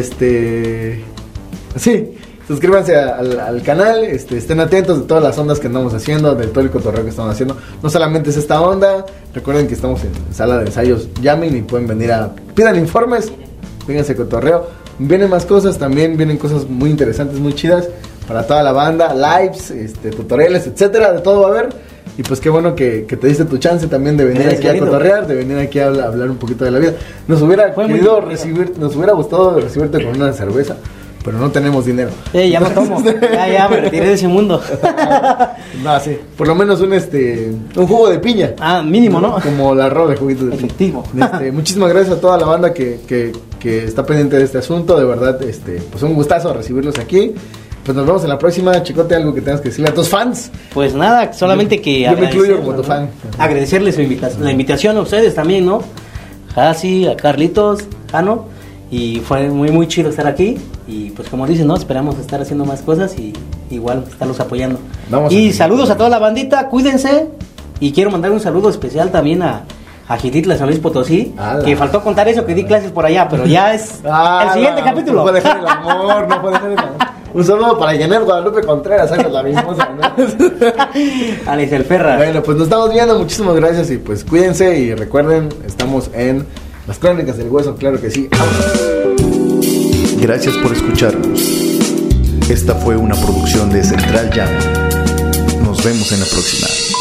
sí, suscríbanse al canal, estén atentos de todas las ondas que andamos haciendo, de todo el cotorreo que estamos haciendo. No solamente es esta onda, recuerden que estamos en Sala de Ensayos Jamming y pueden venir pidan informes, vénganse cotorreo. Vienen más cosas también, vienen cosas muy interesantes, muy chidas para toda la banda, lives, tutoriales, etcétera, de todo va a haber. Y pues qué bueno que te diste tu chance también de venir aquí a cotorrear, de venir aquí a hablar un poquito de la vida. Nos hubiera gustado recibirte con una cerveza, pero no tenemos dinero. Ya no tomo, ya me retiré de ese mundo. No, sí, por lo menos un jugo de piña. Mínimo, ¿no? Como la rola de juguito de efectivo. piña. Muchísimas gracias a toda la banda que está pendiente de este asunto, de verdad, pues un gustazo recibirlos aquí. Pues nos vemos en la próxima. Chicote, algo que tengas que decirle a tus fans. Pues nada, solamente yo me incluyo como tu fan. Agradecerles la invitación a ustedes también, ¿no? Sí, a Carlitos, ¿no? Y fue muy muy chido estar aquí. Y pues como dicen, ¿no? Esperamos estar haciendo más cosas y igual estarlos apoyando. Y saludos a toda la bandita, cuídense. Y quiero mandar un saludo especial también a Jititla, San Luis Potosí, que faltó contar eso, que di clases por allá, pero ya es el siguiente capítulo. No puede dejar el amor, no puede dejar el amor. Un saludo para Janet Guadalupe Contreras, ¿sabes? La mimosa, ¿no? Alex el Ferra. Bueno, pues nos estamos viendo, muchísimas gracias y pues cuídense y recuerden, estamos en Las Crónicas del Hueso, claro que sí. Gracias por escucharnos. Esta fue una producción de Central Jam. Nos vemos en la próxima.